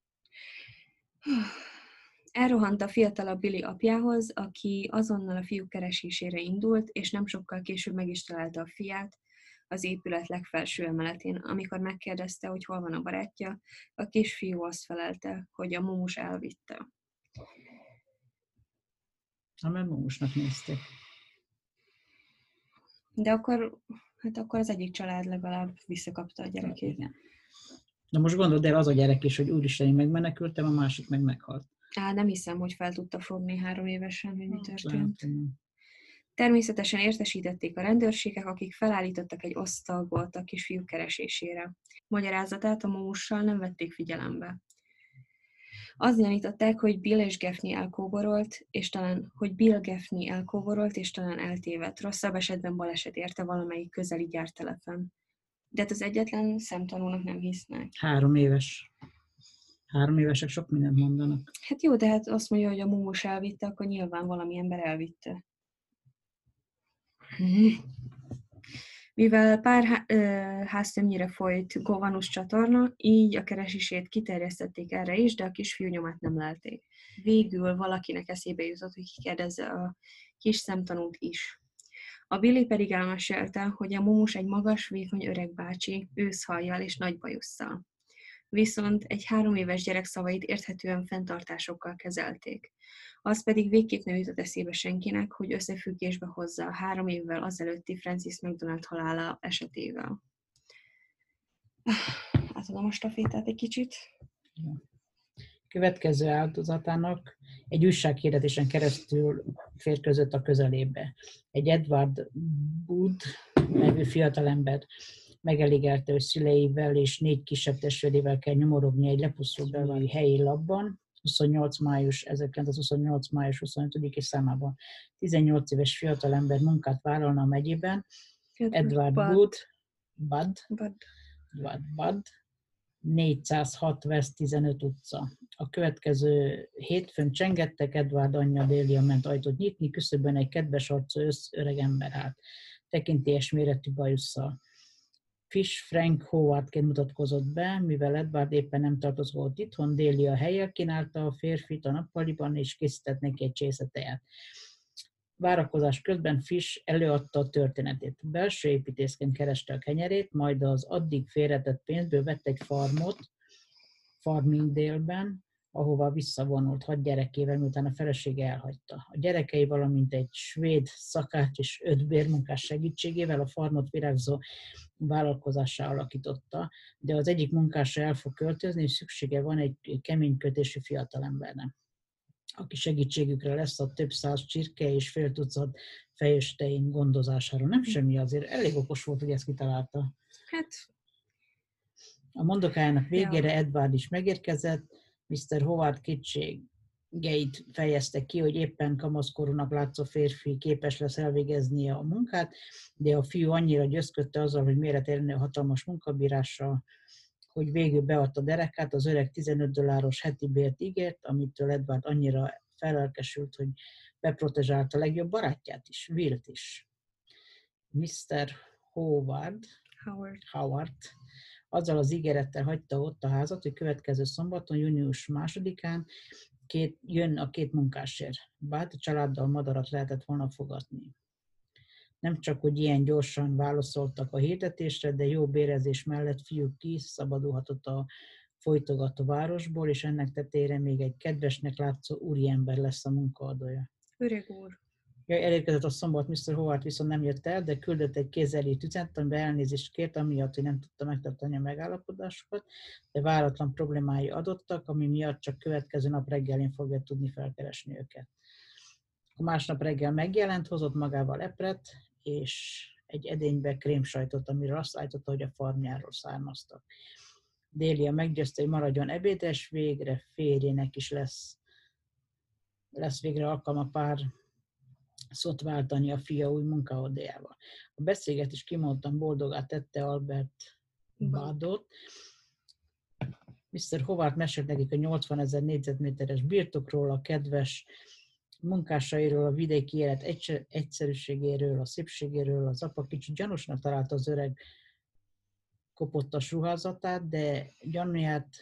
Elrohant a fiatalabb Billy apjához, aki azonnal a fiúk keresésére indult, és nem sokkal később meg is találta a fiát az épület legfelső emeletén. Amikor megkérdezte, hogy hol van a barátja, a kisfiú azt felelte, hogy a mumus elvitte. Mert Mumusnak nézték. De akkor az egyik család legalább visszakapta a gyerekét. Igen. De most gondold el az a gyerek is, hogy úristen, én megmenekültem, a másik meg meghalt. Nem hiszem, hogy fel tudta fogni 3 évesen, hogy mi történt. Lehet. Természetesen értesítették a rendőrségek, akik felállítottak egy osztagot a kisfiú keresésére. Magyarázatát a Mumussal nem vették figyelembe. Azt gyanították, hogy Bill Gaffney elkóborolt, és talán eltévedt. Rosszabb esetben baleset érte valamelyik közeli gyártelepen. De hát az egyetlen szemtanúnak nem hisznek. 3 éves. 3 évesek sok mindent mondanak. Hát jó, de hát azt mondja, hogy a Mumus elvitte, akkor nyilván valami ember elvitte. Mivel pár háztömnyire folyt Govanus csatorna, így a keresését kiterjesztették erre is, de a kisfiú nyomát nem lelték. Végül valakinek eszébe jutott, hogy kikérdezze a kis szemtanút is. A Billy pedig elmesélte, hogy a Mumus egy magas, vékony öreg bácsi, őszhajjal és nagy bajusszal. Viszont egy 3 éves gyerek szavait érthetően fenntartásokkal kezelték. Az pedig végképp nem jutott eszébe senkinek, hogy összefüggésbe hozza 3 évvel azelőtti Francis McDonald halála esetével. Átadom a stafétát egy kicsit. Következő áldozatának egy újsághirdetésen keresztül férkőzött a közelébe. Egy Edward Wood nevű fiatalember megelégelte, hogy szüleivel és 4 kisebb testvérével kell nyomorogni egy lepusztult belvári helyi labban, 28. május 25-i számában. 18 éves fiatalember munkát vállalna a megyében. Edward Budd, 406 West 15 utca. A következő hétfőn csengettek, Edward anyja Délia ment ajtót nyitni, küszöbön egy kedves arcú öreg ember állt, tekintélyes méretű bajusszal. Fish Frank Howardként mutatkozott be, mivel Edward éppen nem tartózkodott itthon, Délia helyjel kínálta a férfit a nappaliban, és készített neki egy csésze teát. Várakozás közben Fish előadta a történetét. Belső építészként kereste a kenyerét, majd az addig félretett pénzből vett egy farmot Farmingdale-ben, ahova visszavonult 6 gyerekével, miután a felesége elhagyta. A gyerekei, valamint egy svéd szakács és 5 bérmunkás segítségével a farmot virágzó vállalkozássá alakította, de az egyik munkásra el fog költözni, és szüksége van egy kemény kötésű fiatalembernek, aki segítségükre lesz a több 100 csirke és fél tucat fejőstein gondozásáról. Nem semmi, azért elég okos volt, hogy ezt kitalálta. Hát. A mondokájának végére Edward is megérkezett, Mr. Howard kétségeit fejezte ki, hogy éppen kamaszkorúnak látszó férfi képes lesz elvégezni a munkát, de a fiú annyira győzködte azzal, hogy méretelenül hatalmas munkabírással, hogy végül beadta derekát, az öreg $15 heti bért ígért, amitől Edward annyira felelkesült, hogy beprotezsálta a legjobb barátját is, Willt is. Mr. Howard azzal az ígérettel hagyta ott a házat, hogy következő szombaton, június 2-án jön a 2 munkásért. Bár a családdal madarat lehetett volna fogadni. Nem csak, hogy ilyen gyorsan válaszoltak a hirdetésre, de jó bérezés mellett fiúk kiszabadulhatott a folytogató városból, és ennek tetejére még egy kedvesnek látszó úriember lesz a munkaadója. Öreg úr. Elérkezett a szombat, Mr. Howard viszont nem jött el, de küldött egy kézzel írt üzenetet, amiben elnézést kért, amiatt, hogy nem tudta megtartani a megállapodásokat, de váratlan problémái adottak, ami miatt csak következő nap reggelén fogja tudni felkeresni őket. A másnap reggel megjelent, hozott magával epret, és egy edénybe krémsajtot, amiről azt állította, hogy a farmjáról származtak. Délia meggyőzte, hogy maradjon ebédre, és végre férjének is lesz végre alkalma pár szót váltani a fia új munkaodéjával. A beszélgetés kimondottan boldogá tette Albert Buddot. Mr. Howard mesélt nekik a 80 000 négyzetméteres birtokról, a kedves munkásairól, a vidéki élet egyszerűségéről, a szépségéről. Az apa kicsit gyanúsnak találta az öreg kopottas ruházatát, de gyanúját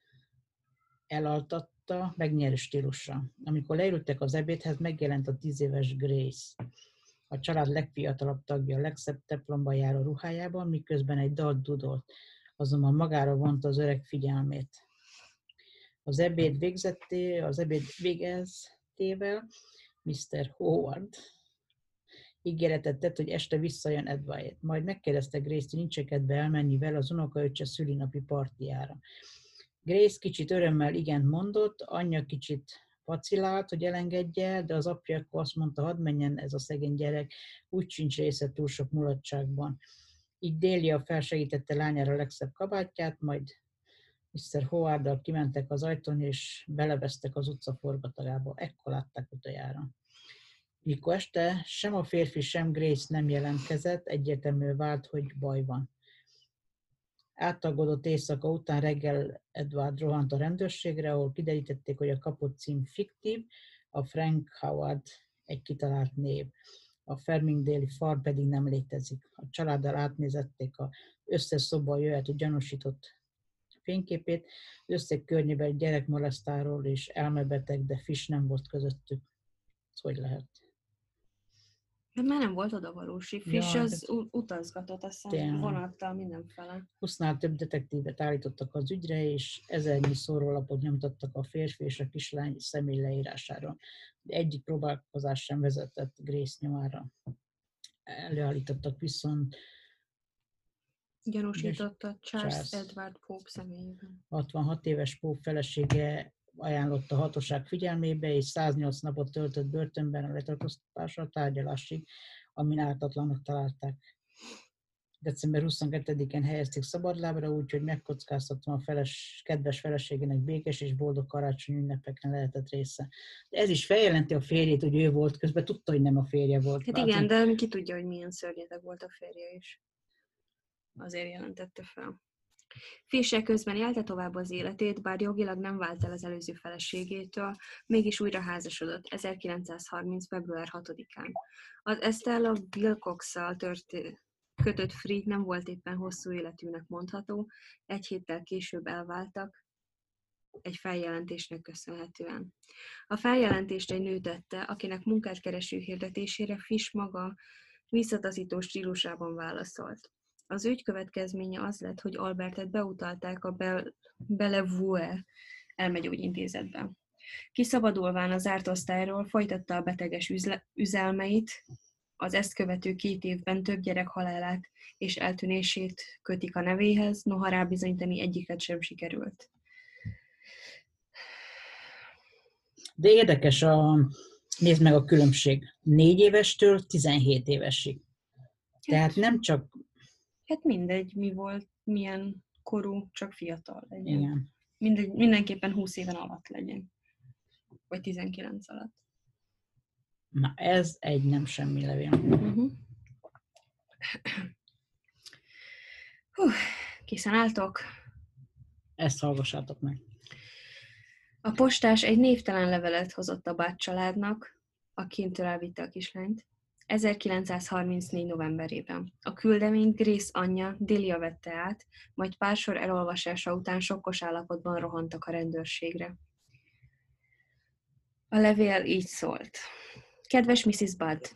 elaltatta megnyerő stílusra. Amikor leültek az ebédhez, megjelent a 10 éves Grace, a család legfiatalabb tagja, a legszebb teplomba járó ruhájában, miközben egy dalt dudolt, azonban magára vonta az öreg Az ebéd végeztével Mr. Howard ígéretet tett, hogy este visszajön Ed Wyatt. Majd megkérdezte Grace-t, hogy nincs kedve elmenni vele az unokaöccse szülinapi partiára. Grace kicsit örömmel igent mondott, anyja kicsit vacilált, hogy elengedje, de az apja akkor azt mondta, hadd menjen ez a szegény gyerek, úgy sincs része túl sok mulatságban. Így Délia felsegítette lányára a legszebb kabátját, majd Mr. Howarddal kimentek az ajtón, és belevesztek az utca forgatagába. Ekkor látták utoljára. Mikor este sem a férfi, sem Grace nem jelentkezett, egyértelmű vált, hogy baj van. Áttagodott éjszaka után reggel Edward rohant a rendőrségre, ahol kiderítették, hogy a kapott cím fiktív, a Frank Howard egy kitalált név. A Farmingdale-i farm pedig nem létezik. A családdal átnézették az összes szoba jöhető gyanúsított fényképét, összeg környében gyerekmolesztáról és elmebeteg, de Fish nem volt közöttük. Ez hogy lehet? Hát már nem volt odavalósi. Fish Ja, az utazgatott, aztán tényleg. vonattal mindenfele. 20-nál több detektívet állítottak az ügyre, és 1000-nyi szórólapot nyomtattak a férfi és a kislány személy leírására. De egyik próbálkozás sem vezetett Grace nyomára. Előállítottak viszont Gyanúsította Charles Edward Pope személyében. 66 éves Pope felesége ajánlotta a hatóság figyelmébe, és 108 napot töltött börtönben a letartóztatással tárgyalásig, amin ártatlannak találták. December 22-én helyezték szabadlábra, úgyhogy megkockáztatom a kedves feleségének békés és boldog karácsony ünnepeken lehetett része. De ez is feljelenti a férjét, hogy ő volt, közben tudta, hogy nem a férje volt. Hát igen, de ki tudja, hogy milyen szörnyeteg volt a férje is. Azért jelentette fel. Fisher közben élte tovább az életét, bár jogilag nem vált el az előző feleségétől, mégis újra házasodott 1930. február 6-án. Az Estella Wilcox-szal kötött Fried nem volt éppen hosszú életűnek mondható, egy héttel később elváltak, egy feljelentésnek köszönhetően. A feljelentést egy nő tette, akinek munkát kereső hirdetésére Fish maga visszataszító stílusában válaszolt. Az ügy következménye az lett, hogy Albertet beutalták a Bellevue elmegyógyintézetbe. Kiszabadulván az zárt osztályról folytatta a beteges üzelmeit, az ezt követő 2 évben több gyerek halálát és eltűnését kötik a nevéhez, noha rábizonyítani egyiket sem sikerült. De érdekes, nézd meg a különbség. 4 évestől 17 évesig. Tehát nem csak... Hát mindegy, mi volt, milyen korú, csak fiatal legyen. Igen. Mindenképpen 20 éven alatt legyen. Vagy 19 alatt. Na, ez egy nem semmi levél. Készen álltok? Ezt hallgassátok meg. A postás egy névtelen levelet hozott a Bud családnak, akintől elvitte a kislányt, 1934. novemberében. A küldeményt Grace anyja, Delia vette át, majd pár sor elolvasása után sokkos állapotban rohantak a rendőrségre. A levél így szólt. Kedves Mrs. Budd,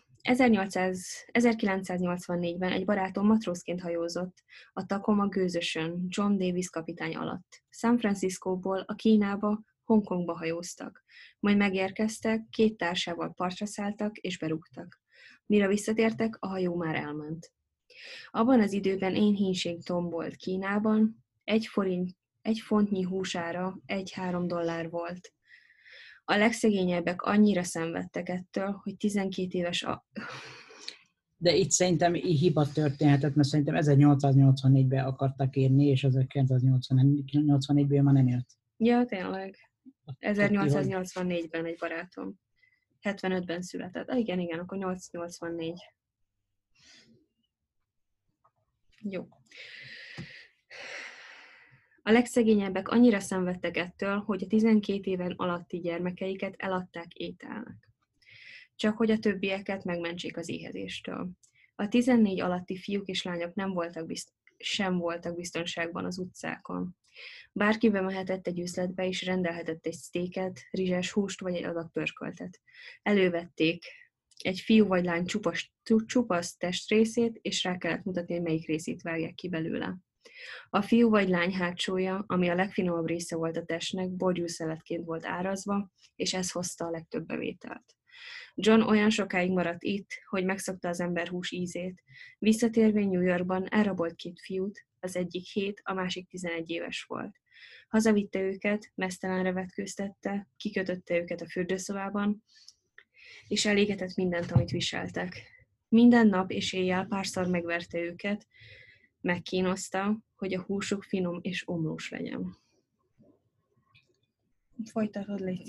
1984-ben egy barátom matrózként hajózott a Tacoma gőzösön John Davis kapitány alatt. San Franciscóból a Kínába, Hongkongba hajóztak. Majd megérkeztek, 2 társával partra szálltak és berúgtak. Mire visszatértek, a hajó már elment. Abban az időben éhínség tombolt Kínában, 1 fontnyi húsára $1-3 volt. A legszegényebbek annyira szenvedtek ettől, hogy 12 éves De itt szerintem hiba történhetett, mert szerintem 1884-ben akartak írni, és 1984-ben már nem jött. Ja, tényleg. 1884-ben egy barátom. 75-ben született. Igen, akkor 884. Jó. A legszegényebbek annyira szenvedtek ettől, hogy a 12 éven alatti gyermekeiket eladták ételnek. Csak hogy a többieket megmentsék az éhezéstől. A 14 alatti fiúk és lányok sem voltak biztonságban az utcákon. Bárki bemehetett egy üzletbe és rendelhetett egy sztéket, rizses húst vagy egy adag pörköltet. Elővették egy fiú vagy lány csupasz testrészét, és rá kellett mutatni, hogy melyik részét vágják ki belőle. A fiú vagy lány hátsója, ami a legfinomabb része volt a testnek, borgyúszeletként volt árazva, és ez hozta a legtöbb bevételt. John olyan sokáig maradt itt, hogy megszokta az emberhús ízét. Visszatérve New Yorkban elrabolt 2 fiút, az egyik 7, a másik 11 éves volt. Hazavitte őket, meztelenre vetkőztette, kikötötte őket a fürdőszobában, és elégetett mindent, amit viseltek. Minden nap és éjjel párszor megverte őket, megkínozta, hogy a húsuk finom és omlós legyen. Folytatod, légy.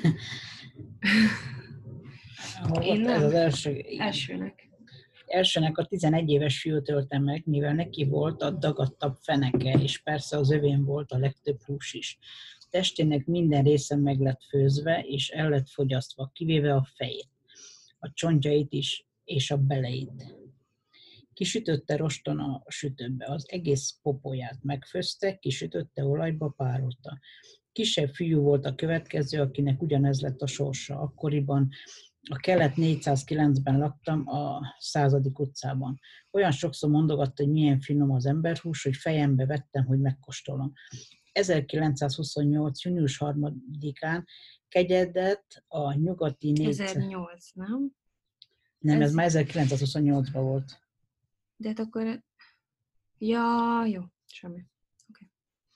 Én nem. Ez az első, Elsőnek. Elsőnek a 11 éves fiút ölte meg, mivel neki volt a dagadtabb feneke, és persze az övén volt a legtöbb hús is. Testének minden része meg lett főzve, és el lett fogyasztva, kivéve a fejét, a csontjait is, és a beleit. Kisütötte roston a sütőbe, az egész popóját megfőzte, kisütötte, olajba párolta. Kisebb fiú volt a következő, akinek ugyanez lett a sorsa. Akkoriban a Kelet 409-ben laktam, a 100. utcában. Olyan sokszor mondogatta, hogy milyen finom az emberhús, hogy fejembe vettem, hogy megkóstolom. 1928. június 3-án kegyedett a nyugati 1008, nem? Nem, ez már 1928-ban volt. De hát akkor... Ja, jó, semmi. Okay.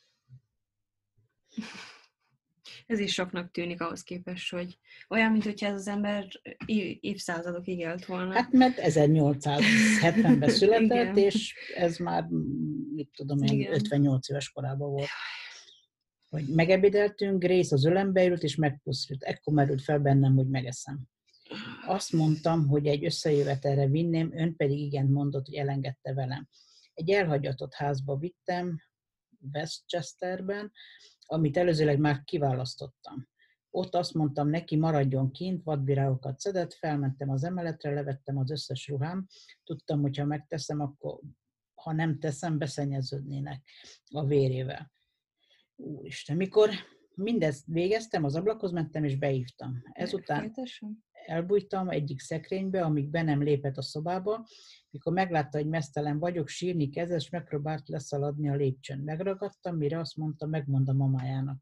Ez is soknak tűnik ahhoz képest, hogy olyan, mint hogyha ez az ember évszázadokig élt volna. Hát mert 1870-ben született, Igen. és ez már, mit tudom én, 58 éves korában volt. Hogy megebédeltünk, Grace az ölembe ült, és megpusztult. Ekkor merült fel bennem, hogy megeszem. Azt mondtam, hogy egy összejövetelre vinném, ön pedig igent mondott, hogy elengedte velem. Egy elhagyatott házba vittem, Westchesterben, amit előzőleg már kiválasztottam. Ott azt mondtam neki, maradjon kint, vadvirágokat szedett, felmentem az emeletre, levettem az összes ruhám, tudtam, hogy ha megteszem, akkor ha nem teszem, beszennyeződnének a vérével. Úristen, mikor mindezt végeztem, az ablakhoz mentem és beívtam. Ezután elbújtam egyik szekrénybe, amíg be nem lépett a szobába, mikor meglátta, hogy meztelen vagyok, sírni kezdett, és megpróbált leszaladni a lépcsőn. Megragadtam, mire azt mondta, megmond a mamájának.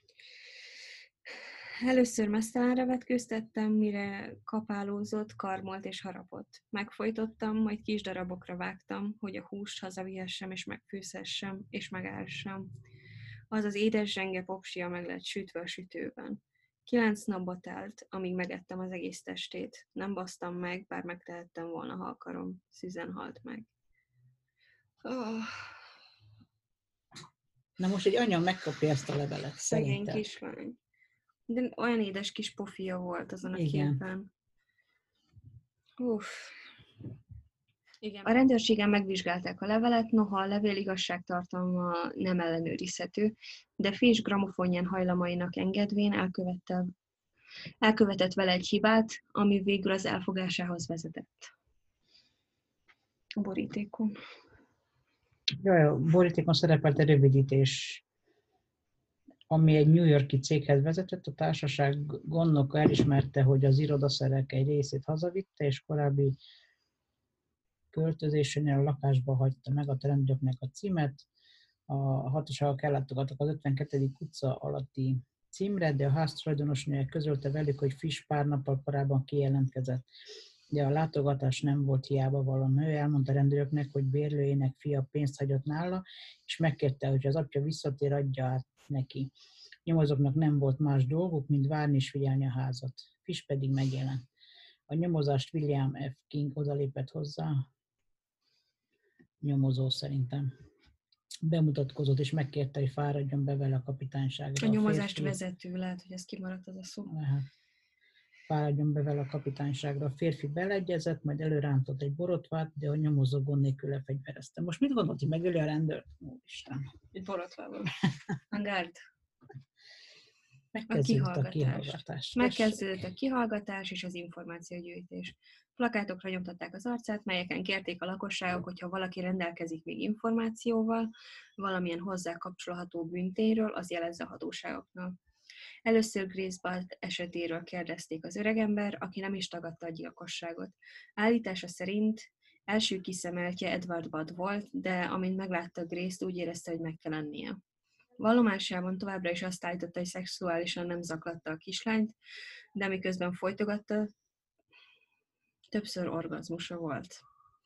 Először meztelenre vetkőztettem, mire kapálózott, karmolt és harapott. Megfojtottam, majd kis darabokra vágtam, hogy a húst hazavihessem és megfőzhessem és megássam. Az az édes zsenge popsia meg lett sütve a sütőben. 9 napba telt, amíg megettem az egész testét. Nem basztam meg, bár megtehettem volna, ha akarom. Susan halt meg. Oh. Na most egy anya megkapja ezt a levelet. Szegény kislány. De olyan édes kis pofia volt azon a képen. Uff. Igen. A rendőrségen megvizsgálták a levelet, noha a levél igazságtartalma nem ellenőrizhető, de Fish gramofonján hajlamainak engedvén elkövetett vele egy hibát, ami végül az elfogásához vezetett. A borítékon. Jaj, a borítékon szerepelt egy rövidítés, ami egy New York-i céghez vezetett. A társaság gondnoka elismerte, hogy az irodaszerek egy részét hazavitte, és korábbi költözésénél a lakásba hagyta meg a rendőröknek a címet. A hatóságok ellátogattak az 52. utca alatti címre, de a ház tulajdonosnője közölte velük, hogy Fish pár nappal korábban kijelentkezett. De a látogatás nem volt hiába való. Ő elmondta a rendőröknek, hogy bérlőjének fia pénzt hagyott nála, és megkérte, hogy az apja visszatér, adja át neki. Nyomozóknak nem volt más dolguk, mint várni és figyelni a házat. Fish pedig megjelent. A nyomozást William F. King odalépett hozzá, nyomozó szerintem. Bemutatkozott és megkérte, hogy fáradjon be vele a kapitányságra. A nyomozást vezető, lehet, hogy ez kimaradt az a szó. Lehet. Fáradjon be vele a kapitányságra. A férfi beleegyezett, majd előrántott egy borotvát, de a nyomozó gond nélkül lefegyverezte. Most mit gondolt, hogy megöli a rendőrt? Úristen. Egy borotvával. Angárd. Megkezdődött a kihallgatás. Megkezdődött a kihallgatás és az információgyűjtés. Plakátokra nyomtatták az arcát, melyeken kérték a lakosságok, hogyha valaki rendelkezik még információval, valamilyen hozzá kapcsolható bűntényről, az jelezze a hatóságoknak. Először Grace Butt esetéről kérdezték az öregember, aki nem is tagadta a gyilkosságot. Állítása szerint első kiszemeltje Edward Butt volt, de amint meglátta Grace-t, úgy érezte, hogy meg kell ennie. Vallomásában továbbra is azt állította, hogy szexuálisan nem zaklatta a kislányt, de miközben folytogatta, többször orgazmusa volt.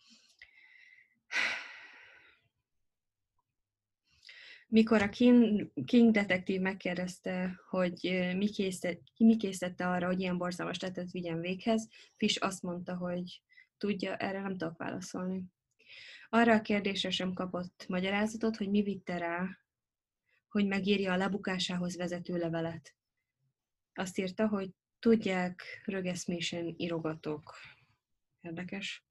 Mikor a King detektív megkérdezte, hogy mi készítette arra, hogy ilyen borzalmas tettet vigyen véghez, Fish azt mondta, hogy tudja, erre nem tudok válaszolni. Arra a kérdésre sem kapott magyarázatot, hogy mi vitte rá, hogy megírja a lebukásához vezető levelet. Azt írta, hogy tudják, rögeszmésen írogatok. Érdekes.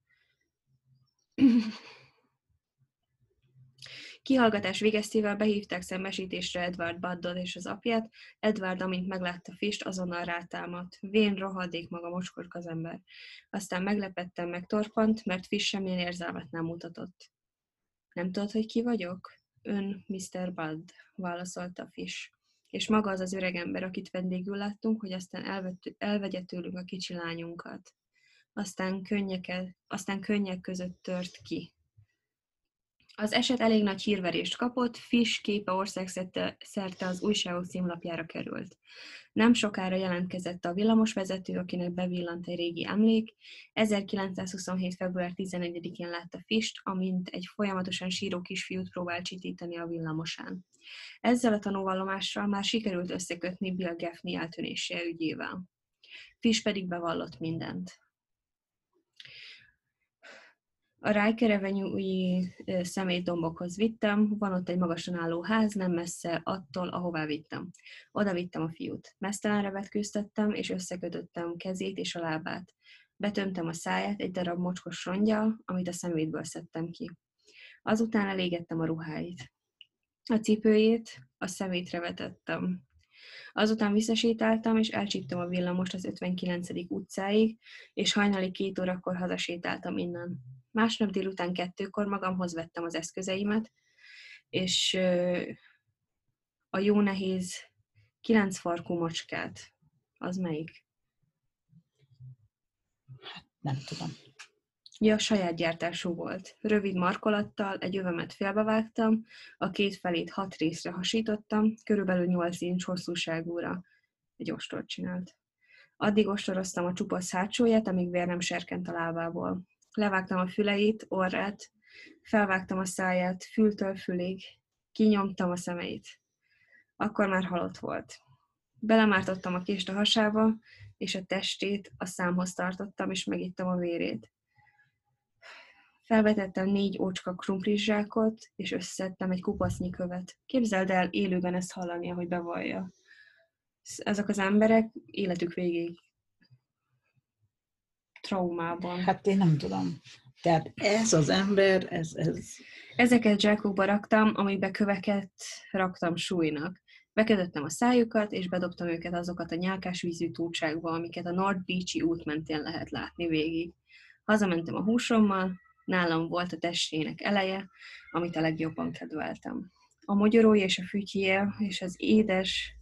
Kihallgatás végeztével behívták szembesítésre Edward Buddot és az apját. Edward, amint meglátta Fisht, azonnal rátámadt. Vén, rohadék maga, mocskork az ember. Aztán meglepetten megtorpant, mert Fish semmilyen érzelmet nem mutatott. Nem tudod, hogy ki vagyok? Ön Mr. Budd, válaszolta Fish. És maga az az öreg ember, akit vendégül láttunk, hogy aztán elvegye tőlünk a kicsi lányunkat. Aztán könnyek között tört ki. Az eset elég nagy hírverést kapott, Fish képe országszerte az újságok címlapjára került. Nem sokára jelentkezett a villamosvezető, akinek bevillant egy régi emlék. 1927. február 11-én látta Fisht, amint egy folyamatosan síró kisfiút próbál csitítani a villamosán. Ezzel a tanúvallomással már sikerült összekötni Bill Gaffney eltűnése ügyével. Fish pedig bevallott mindent. A Riker Avenue-i szemétdombokhoz vittem, van ott egy magasan álló ház, nem messze attól, ahová vittem. Oda vittem a fiút. Meztelenre vetkőztettem, és összekötöttem kezét és a lábát. Betömtem a száját egy darab mocskos rongyal, amit a szemétből szedtem ki. Azután elégettem a ruháit. A cipőjét a szemétre vetettem. Azután visszasétáltam, és elcsíptem a villamost az 59. utcáig, és hajnali 2 órakor hazasétáltam innen. Másnap délután 2-kor magamhoz vettem az eszközeimet, és a jó nehéz 9 farkú macskát. Az melyik? Nem tudom. Ja, saját gyártású volt. Rövid markolattal egy övemet félbevágtam, a 2 felét 6 részre hasítottam, körülbelül 8 inch hosszúságúra. Egy ostort csinált. Addig ostoroztam a csupasz hátsóját, amíg vér nem serkent a lábából. Levágtam a füleit, orrát, felvágtam a száját, fültől fülig, kinyomtam a szemeit. Akkor már halott volt. Belemártottam a kést a hasába, és a testét a számhoz tartottam, és megittam a vérét. Felvetettem 4 ócska krumplizsákot, és összeszedtem egy kupacnyi követ. Képzeld el élőben ezt hallani, ahogy bevallja. Ezek az emberek életük végéig traumában. Hát én nem tudom. Tehát ez az ember, ez... Ezeket zsákokba raktam, amiben köveket raktam súlynak. Bekötöttem a szájukat, és bedobtam őket azokat a nyálkás vízű túlcsákba, amiket a North Beach-i út mentén lehet látni végig. Hazamentem a húsommal, nálam volt a testének eleje, amit a legjobban kedveltem. A mogyorója és a fütyje, és az édes,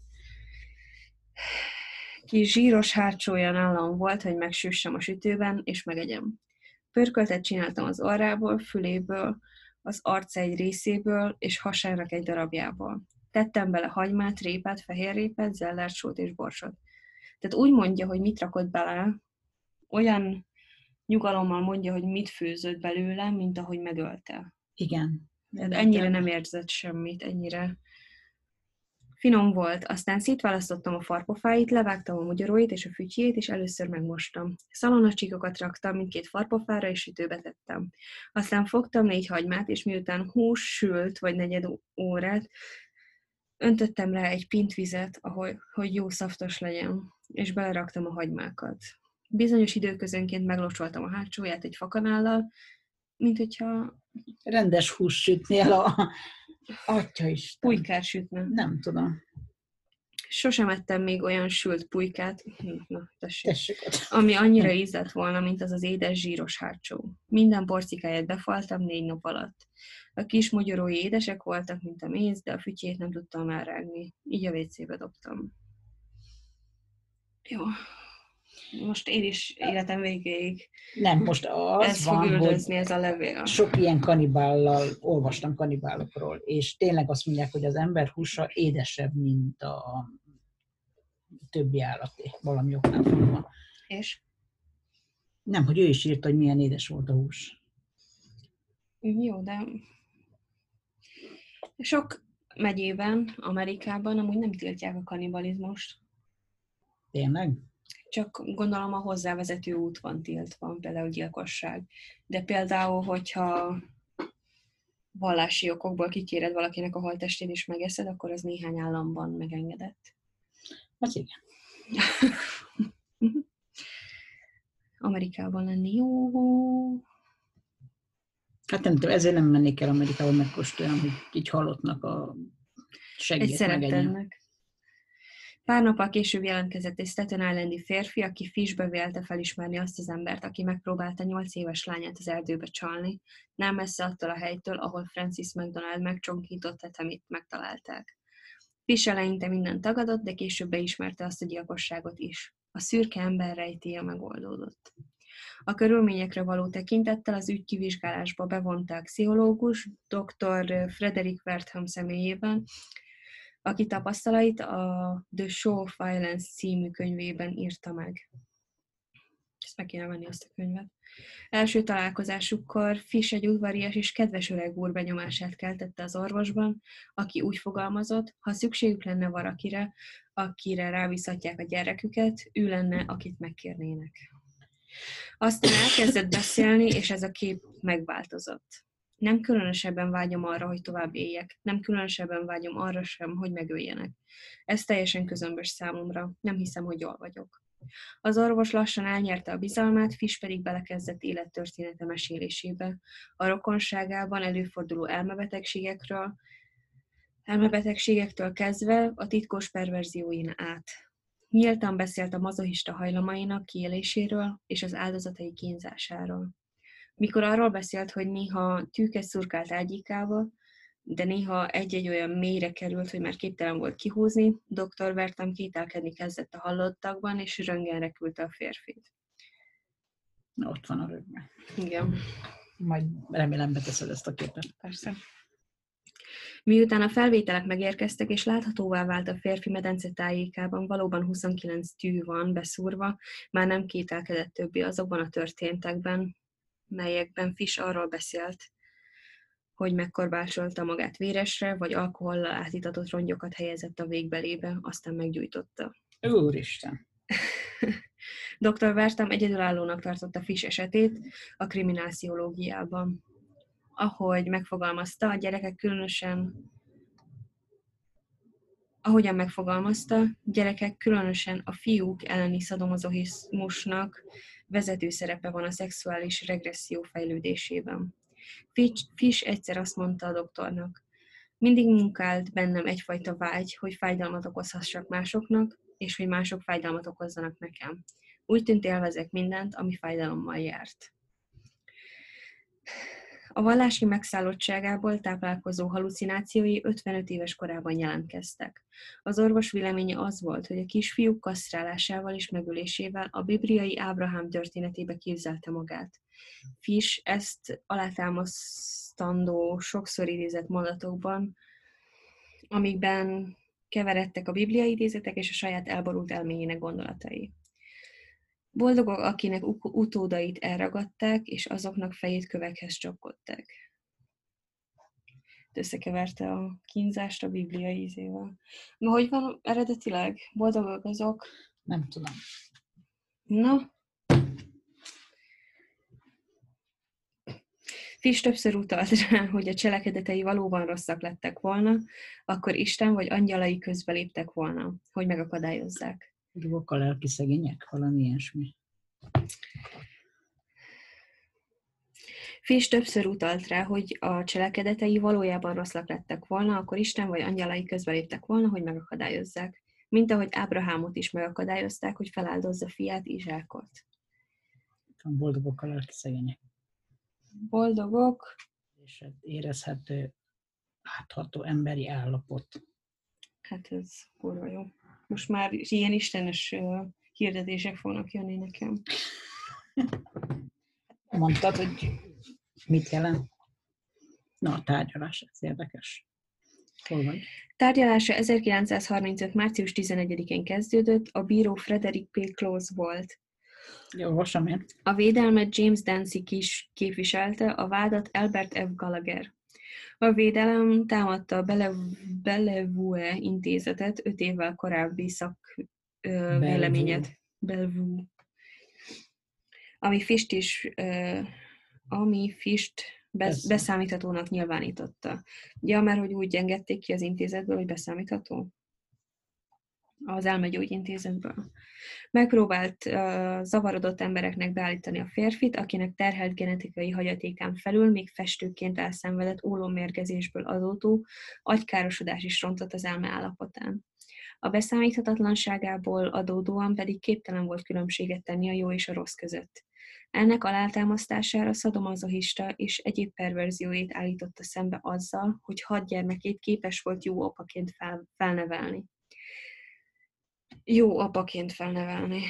kis zsíros hátsója nálam volt, hogy megsüssem a sütőben, és megegyem. Pörköltet csináltam az orrából, füléből, az arca egy részéből, és hasának egy darabjából. Tettem bele hagymát, répát, fehérrépet, zellársót és borsot. Tehát úgy mondja, hogy mit rakott bele, olyan nyugalommal mondja, hogy mit főzött belőle, mint ahogy megölte. Igen. Tehát ennyire nem érzett semmit, ennyire finom volt. Aztán szétválasztottam a farpofáit, levágtam a mogyoróit és a fütyjét, és először megmostam. Szalonacsíkokat raktam mindkét farpofára, és sütőbe tettem. Aztán fogtam 4 hagymát, és miután hús sült, vagy 4 órát, öntöttem rá egy pint vizet, hogy jó szaftos legyen, és beleraktam a hagymákat. Bizonyos időközönként meglocsoltam a hátsóját egy fakanállal, mint hogyha rendes hús sütnél a Atyaisten. pulykát sütne. Nem tudom. Sosem ettem még olyan sült pulykát, Tessék. ami annyira ízlett volna, mint az az édes zsíros hátsó. Minden porcikáját befaltam 4 nap alatt. A kis mogyorói édesek voltak, mint a méz, de a fütyét nem tudtam elrágni. Így a WC-be dobtam. Jó. Most én is életem végéig Nem, most az ez fog van, hogy üldözni, ez a levél. sok ilyen kanibállal olvastam kanibálokról, és tényleg azt mondják, hogy az ember húsa édesebb, mint a többi állaté, valami oknál fogva. És? Nem, hogy ő is írta, hogy milyen édes volt a hús. Jó, de sok megyében, Amerikában amúgy nem tiltják a kannibalizmust. Tényleg? Csak gondolom a hozzávezető út van tiltva, például gyilkosság. De például, hogyha vallási okokból kikéred valakinek a holttestét és megeszed, akkor az néhány államban megengedett. Az igen. Amerikában lenni jó. Hát nem tudom, ezért nem mennék el Amerikába, megkóstoljam, hogy így halottnak a Egy segít megegyem. szerettennek. Pár nappal később jelentkezett egy Staten Islandi férfi, aki Fishbe vélte felismerni azt az embert, aki megpróbálta 8 éves lányát az erdőbe csalni, nem messze attól a helytől, ahol Francis McDonald megcsonkított tetemét megtalálták. Fish eleinte mindent tagadott, de később beismerte azt a gyilkosságot is. A szürke ember rejtélye megoldódott. A körülményekre való tekintettel az ügy kivizsgálásba bevonták pszichológus, dr. Frederick Wertham személyében, aki tapasztalait a The Show of Violence című könyvében írta meg. Ezt meg kéne venni, azt a könyvet. Első találkozásukkor Fish egy udvarias és kedves öreg úr benyomását keltette az orvosban, aki úgy fogalmazott, ha szükségük lenne valakire, akire rábízhatják a gyereküket, ő lenne, akit megkérnének. Aztán elkezdett beszélni, és ez a kép megváltozott. Nem különösebben vágyom arra, hogy tovább éljek. Nem különösebben vágyom arra sem, hogy megöljenek. Ez teljesen közömbös számomra. Nem hiszem, hogy jól vagyok. Az orvos lassan elnyerte a bizalmát, Fish pedig belekezdett élettörténete mesélésébe. A rokonságában előforduló elmebetegségektől kezdve a titkos perverzióin át. Nyíltan beszélt a mazochista hajlamainak kiéléséről és az áldozatai kínzásáról. Mikor arról beszélt, hogy néha tűket szurkált ágyékába, de néha egy-egy olyan mélyre került, hogy már képtelen volt kihúzni, dr. Wertham kételkedni kezdett a hallottakban, és röntgenre küldte a férfit. Na, ott van a rögben. Igen. Majd remélem beteszed ezt a képet. Persze. Miután a felvételek megérkeztek, és láthatóvá vált a férfi medence tájékában, valóban 29 tű van beszúrva, már nem kételkedett többé azokban a történtekben, melyekben Fish arról beszélt, hogy megkorbácsolta magát véresre, vagy alkohollal átitatott rongyokat helyezett a végbelébe, aztán meggyújtotta. Úristen! Dr. Wertham egyedülállónak tartotta Fish esetét a kriminálpszichológiában. Ahogy megfogalmazta, a gyerekek különösen a fiúk elleni szadomazochizmusnak vezető szerepe van a szexuális regresszió fejlődésében. Fish egyszer azt mondta a doktornak, mindig munkált bennem egyfajta vágy, hogy fájdalmat okozhassak másoknak, és hogy mások fájdalmat okozzanak nekem. Úgy tűnt élvezek mindent, ami fájdalommal járt. A vallási megszállottságából táplálkozó halucinációi 55 éves korában jelentkeztek. Az orvos véleménye az volt, hogy a kisfiúk kasztrálásával és megölésével a bibliai Ábrahám történetébe képzelte magát. Fish ezt alátámasztandó sokszor idézett mondatokban, amikben keveredtek a bibliai idézetek és a saját elborult elméjének gondolatai. Boldogok, akinek utódait elragadták, és azoknak fejét kövekhez csapkodták. Összekeverte a kínzást a bibliai ízével. Na, hogy van eredetileg? Boldogok azok? Nem tudom. Na? Fish többször utalt rá, hogy a cselekedetei valóban rosszak lettek volna, akkor Isten vagy angyalai közbeléptek volna, hogy megakadályozzák. Boldogok a lelki szegények? Valami ilyesmi. Fish többször utalt rá, hogy a cselekedetei valójában rosszak lettek volna, akkor Isten vagy angyalai közbeléptek volna, hogy megakadályozzák. Mint ahogy Ábrahámot is megakadályozták, hogy feláldozza fiát, Izsákot. Boldogok a lelki szegények. Boldogok. És érezhető, látható emberi állapot. Hát ez kurva jó. Most már ilyen istenes hirdetések fognak jönni nekem. Mondtad, hogy mit jelent? Na, a tárgyalás, ez érdekes. Hol vagy? Tárgyalása 1935. március 11-én kezdődött, a bíró Frederick P. Close volt. Olvasom én. A védelmet James Dancy is képviselte, a vádat Albert F. Gallagher. A védelem támadta a Bellevue intézetet 5 évvel korábbi véleményet. Bellevue. Ami Fischt beszámíthatónak nyilvánította. Ja, mert hogy úgy engedték ki az intézetből, hogy beszámítható? Az elmegyógyintézetből. Megpróbált zavarodott embereknek beállítani a férfit, akinek terhelt genetikai hagyatékán felül még festőként elszenvedett ólommérgezésből adódó agykárosodás is rontott az elme állapotán. A beszámíthatatlanságából adódóan pedig képtelen volt különbséget tenni a jó és a rossz között. Ennek alátámasztására szadomazochista és egyéb perverzióit állította szembe azzal, hogy 6 gyermekét képes volt jó apaként felnevelni. Jó apaként felnevelni.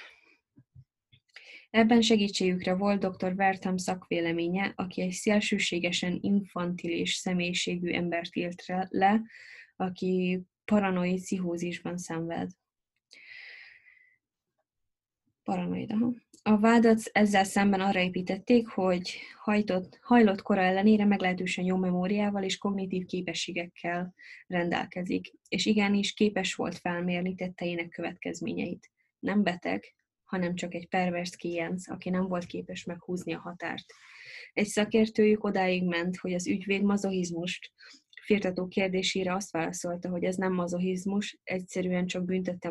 Ebben segítségükre volt dr. Wertham szakvéleménye, aki egy szélsőségesen infantilis személyiségű embert írt le, aki paranoid pszichózisban szenved. Paranoid, aha. A vádat ezzel szemben arra építették, hogy hajlott kora ellenére meglehetősen jó memóriával és kognitív képességekkel rendelkezik, és igenis képes volt felmérni tetteinek következményeit. Nem beteg, hanem csak egy pervers kliens, aki nem volt képes meghúzni a határt. Egy szakértőjük odáig ment, hogy az ügyvéd mazochizmust firtató kérdésére azt válaszolta, hogy ez nem mazochizmus, egyszerűen csak büntette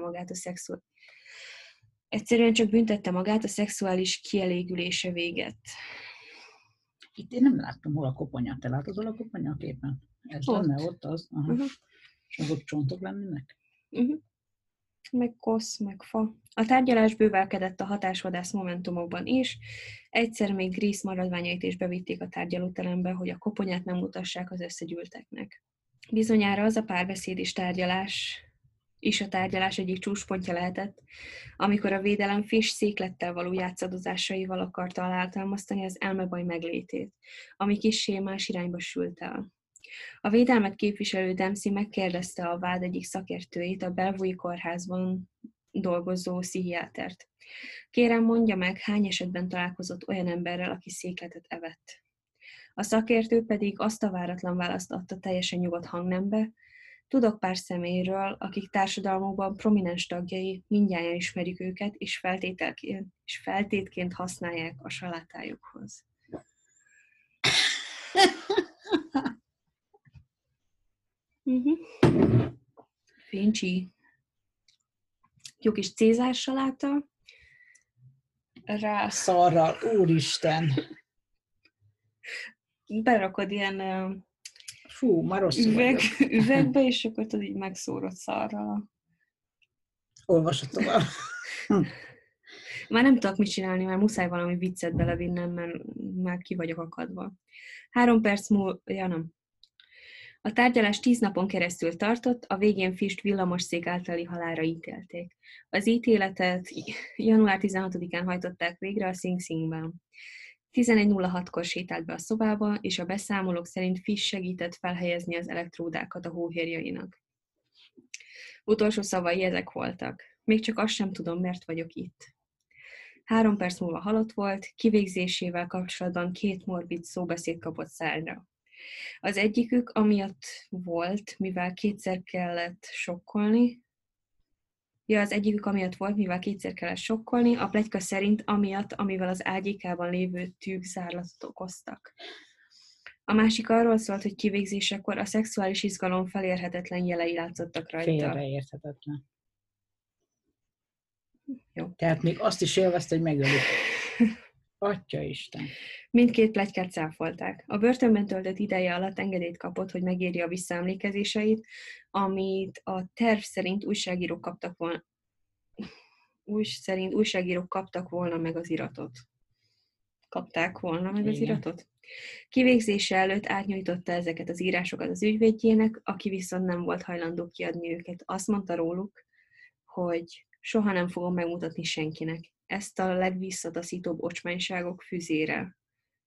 magát a szexuális kielégülése véget. Itt én nem láttam, hol a koponya. Te látod, hol a koponya a képen? Ez ott. lenne ott az? Aha. Uh-huh. És azok csontok lennének? Uh-huh. Meg kosz, meg fa. A tárgyalás bővelkedett a hatásvadász momentumokban is. Egyszer még Grész maradványait is bevitték a tárgyalóterembe, hogy a koponyát nem mutassák az összegyűlteknek. Bizonyára az a párbeszéd és a tárgyalás egyik csúcspontja lehetett, amikor a védelem Fish széklettel való játszadozásaival akarta alátámasztani az elmebaj meglétét, ami kissé más irányba sült el. A védelmet képviselő Dempsey megkérdezte a vád egyik szakértőjét, a Bellevue kórházban dolgozó pszichiátert. Kérem, mondja meg, hány esetben találkozott olyan emberrel, aki székletet evett. A szakértő pedig azt a váratlan választ adta teljesen nyugodt hangnembe: tudok pár személyről, akik társadalmukban prominens tagjai, mindnyájan ismerjük őket, és feltétként használják a salátájukhoz. Fincsi. Jó kis Cézár saláta. Rá szarral, úristen! Berakod ilyen Fú, már rosszul üvegbe, és akkor tudod így megszórod szarral. Olvasod tovább. Már nem tudok mit csinálni, mert muszáj valami viccet belevinnem, mert már ki vagyok akadva. 3 perc múlva... Ja, nem. A tárgyalás 10 napon keresztül tartott, a végén Fischt villamosszék általi halálra ítélték. Az ítéletet január 16-án hajtották végre a Sing Singben. 11:06-kor sétált be a szobába, és a beszámolók szerint Fish segített felhelyezni az elektródákat a hóhérjainak. Utolsó szavai ezek voltak. Még csak azt sem tudom, miért vagyok itt. 3 perc múlva halott volt, kivégzésével kapcsolatban 2 morbid szóbeszéd kapott szárnyra. Az egyikük amiatt volt, mivel kétszer kellett sokkolni, a pletyka szerint amiatt, amivel az ágyékában lévő tűzárlatot okoztak. A másik arról szólt, hogy kivégzésekor a szexuális izgalom felérhetetlen jelei látszottak rajta. Félreérthetetlen. Jó. Tehát még azt is élvezte, hogy megölik. Atyaisten. Mindkét pletykát cáfolták. A börtönben töltött ideje alatt engedélyt kapott, hogy megírja a visszaemlékezéseit, amit a terv szerint újságírók kaptak volna meg az iratot. Kapták volna meg az iratot? Kivégzése előtt átnyújtotta ezeket az írásokat az ügyvédjének, aki viszont nem volt hajlandó kiadni őket. Azt mondta róluk, hogy Soha nem fogom megmutatni senkinek. Ezt a legvisszataszítóbb ocsmányságok füzére,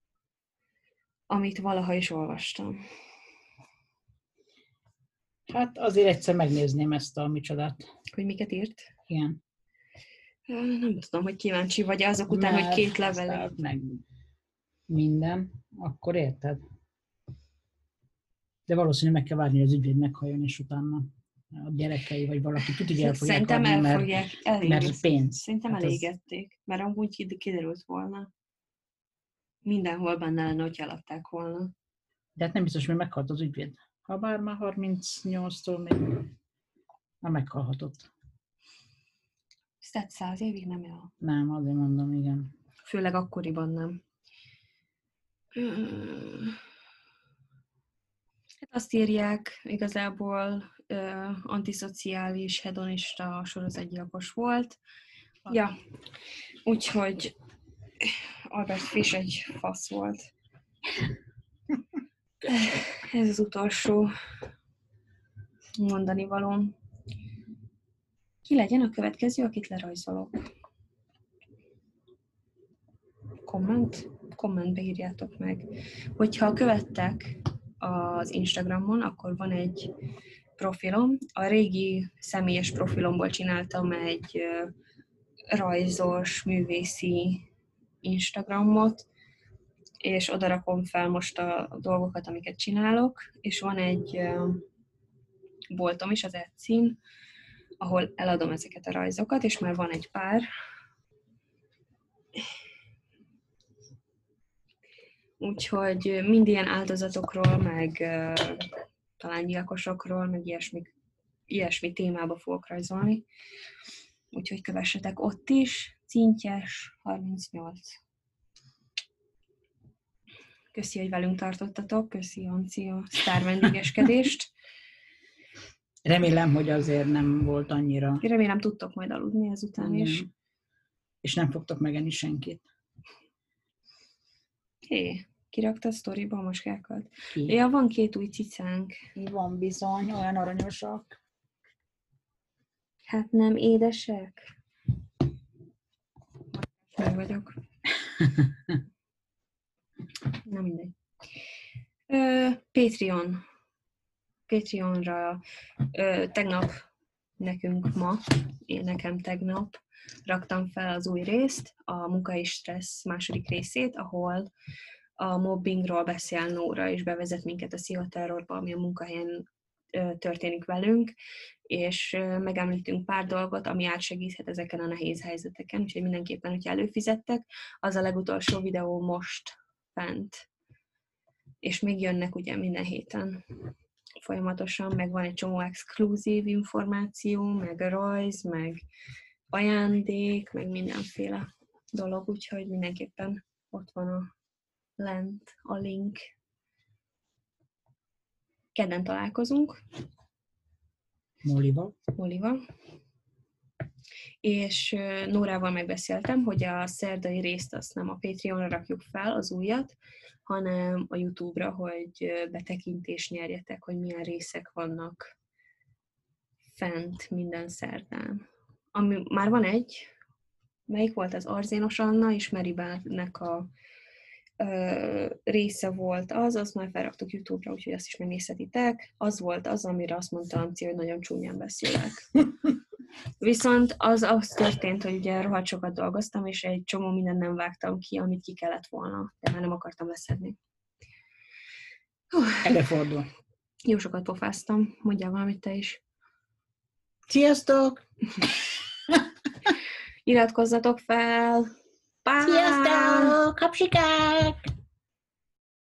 amit valaha is olvastam. Hát azért egyszer megnézném ezt a micsodát. Hogy miket írt? Igen. Nem tudom, hogy kíváncsi vagy azok után, hogy 2 levelét. Meg minden, akkor érted. De valószínűleg meg kell várni, hogy az ügyvéd meghalljon, és utána a gyerekei, vagy valaki tudja, el fogják Szerintem adni, el fogják mert pénz. Szerintem Hát elégették, mert amúgy kiderült volna. Mindenhol benne lenne, hogy eladták volna. De hát nem biztos, hogy meghalt az ügyvéd. Ha bár már 38-tól még már meghalhatott. Ez tehát 100 évig nem él. Nem, azért mondom, igen. Főleg akkoriban nem. Hát azt írják, igazából antiszociális, hedonista sorozatgyilkos volt. Ja, úgyhogy Albert Fish egy fasz volt. Ez az utolsó mondani valóm. Ki legyen a következő, akit lerajzolok? Kommentbe írjátok meg. Hogyha követtek az Instagramon, akkor van egy profilom. A régi személyes profilomból csináltam egy rajzos, művészi Instagramot, és oda rakom fel most a dolgokat, amiket csinálok, és van egy boltom is, az Etsyn, ahol eladom ezeket a rajzokat, és már van egy pár. Úgyhogy mind ilyen áldozatokról, meg talán gyilkosokról, meg ilyesmi témába fogok rajzolni. Úgyhogy kövessetek ott is. Cintyes 38. Köszi, hogy velünk tartottatok. Köszi, Anci, a sztár vendégeskedést. Remélem, hogy azért nem volt annyira. Remélem, tudtok majd aludni ezután is. És nem fogtok megenni senkit. Kirakta a sztoriba a moskákat? Ki? Ja, van 2 új cicánk. Van bizony, olyan aranyosak. Hát nem édesek? Meg vagyok. Na mindegy. Patreonra tegnap nekem tegnap raktam fel az új részt, a Munka és Stressz második részét, ahol a mobbingról beszél Nóra, és bevezet minket a pszichoterrorba, ami a munkahelyen történik velünk, és megemlítünk pár dolgot, ami átsegíthet ezeken a nehéz helyzeteken, úgyhogy mindenképpen, hogyha előfizettek, az a legutolsó videó most fent. És még jönnek ugye minden héten folyamatosan, meg van egy csomó exkluzív információ, meg rajz, meg ajándék, meg mindenféle dolog, úgyhogy mindenképpen ott van lent a link. Kedden találkozunk. Molival. És Nórával megbeszéltem, hogy a szerdai részt azt nem a Patreonra rakjuk fel, az újat, hanem a YouTube-ra, hogy betekintést nyerjetek, hogy milyen részek vannak fent minden szerdán. Már van egy, melyik volt az Arzénos Anna és Meribelnek a része volt az már felraktuk YouTube-ra, úgyhogy azt is megnézhetitek. Az volt az, amire azt mondta Anci, hogy nagyon csúnyán beszélek. Viszont az történt, hogy ugye rohadt sokat dolgoztam, és egy csomó mindent nem vágtam ki, amit ki kellett volna, de már nem akartam leszedni. Előfordul. Jó sokat pofáztam, mondjál valamit te is. Sziasztok! Iratkozzatok fel! Bye! Sziasztok! Kapsikák!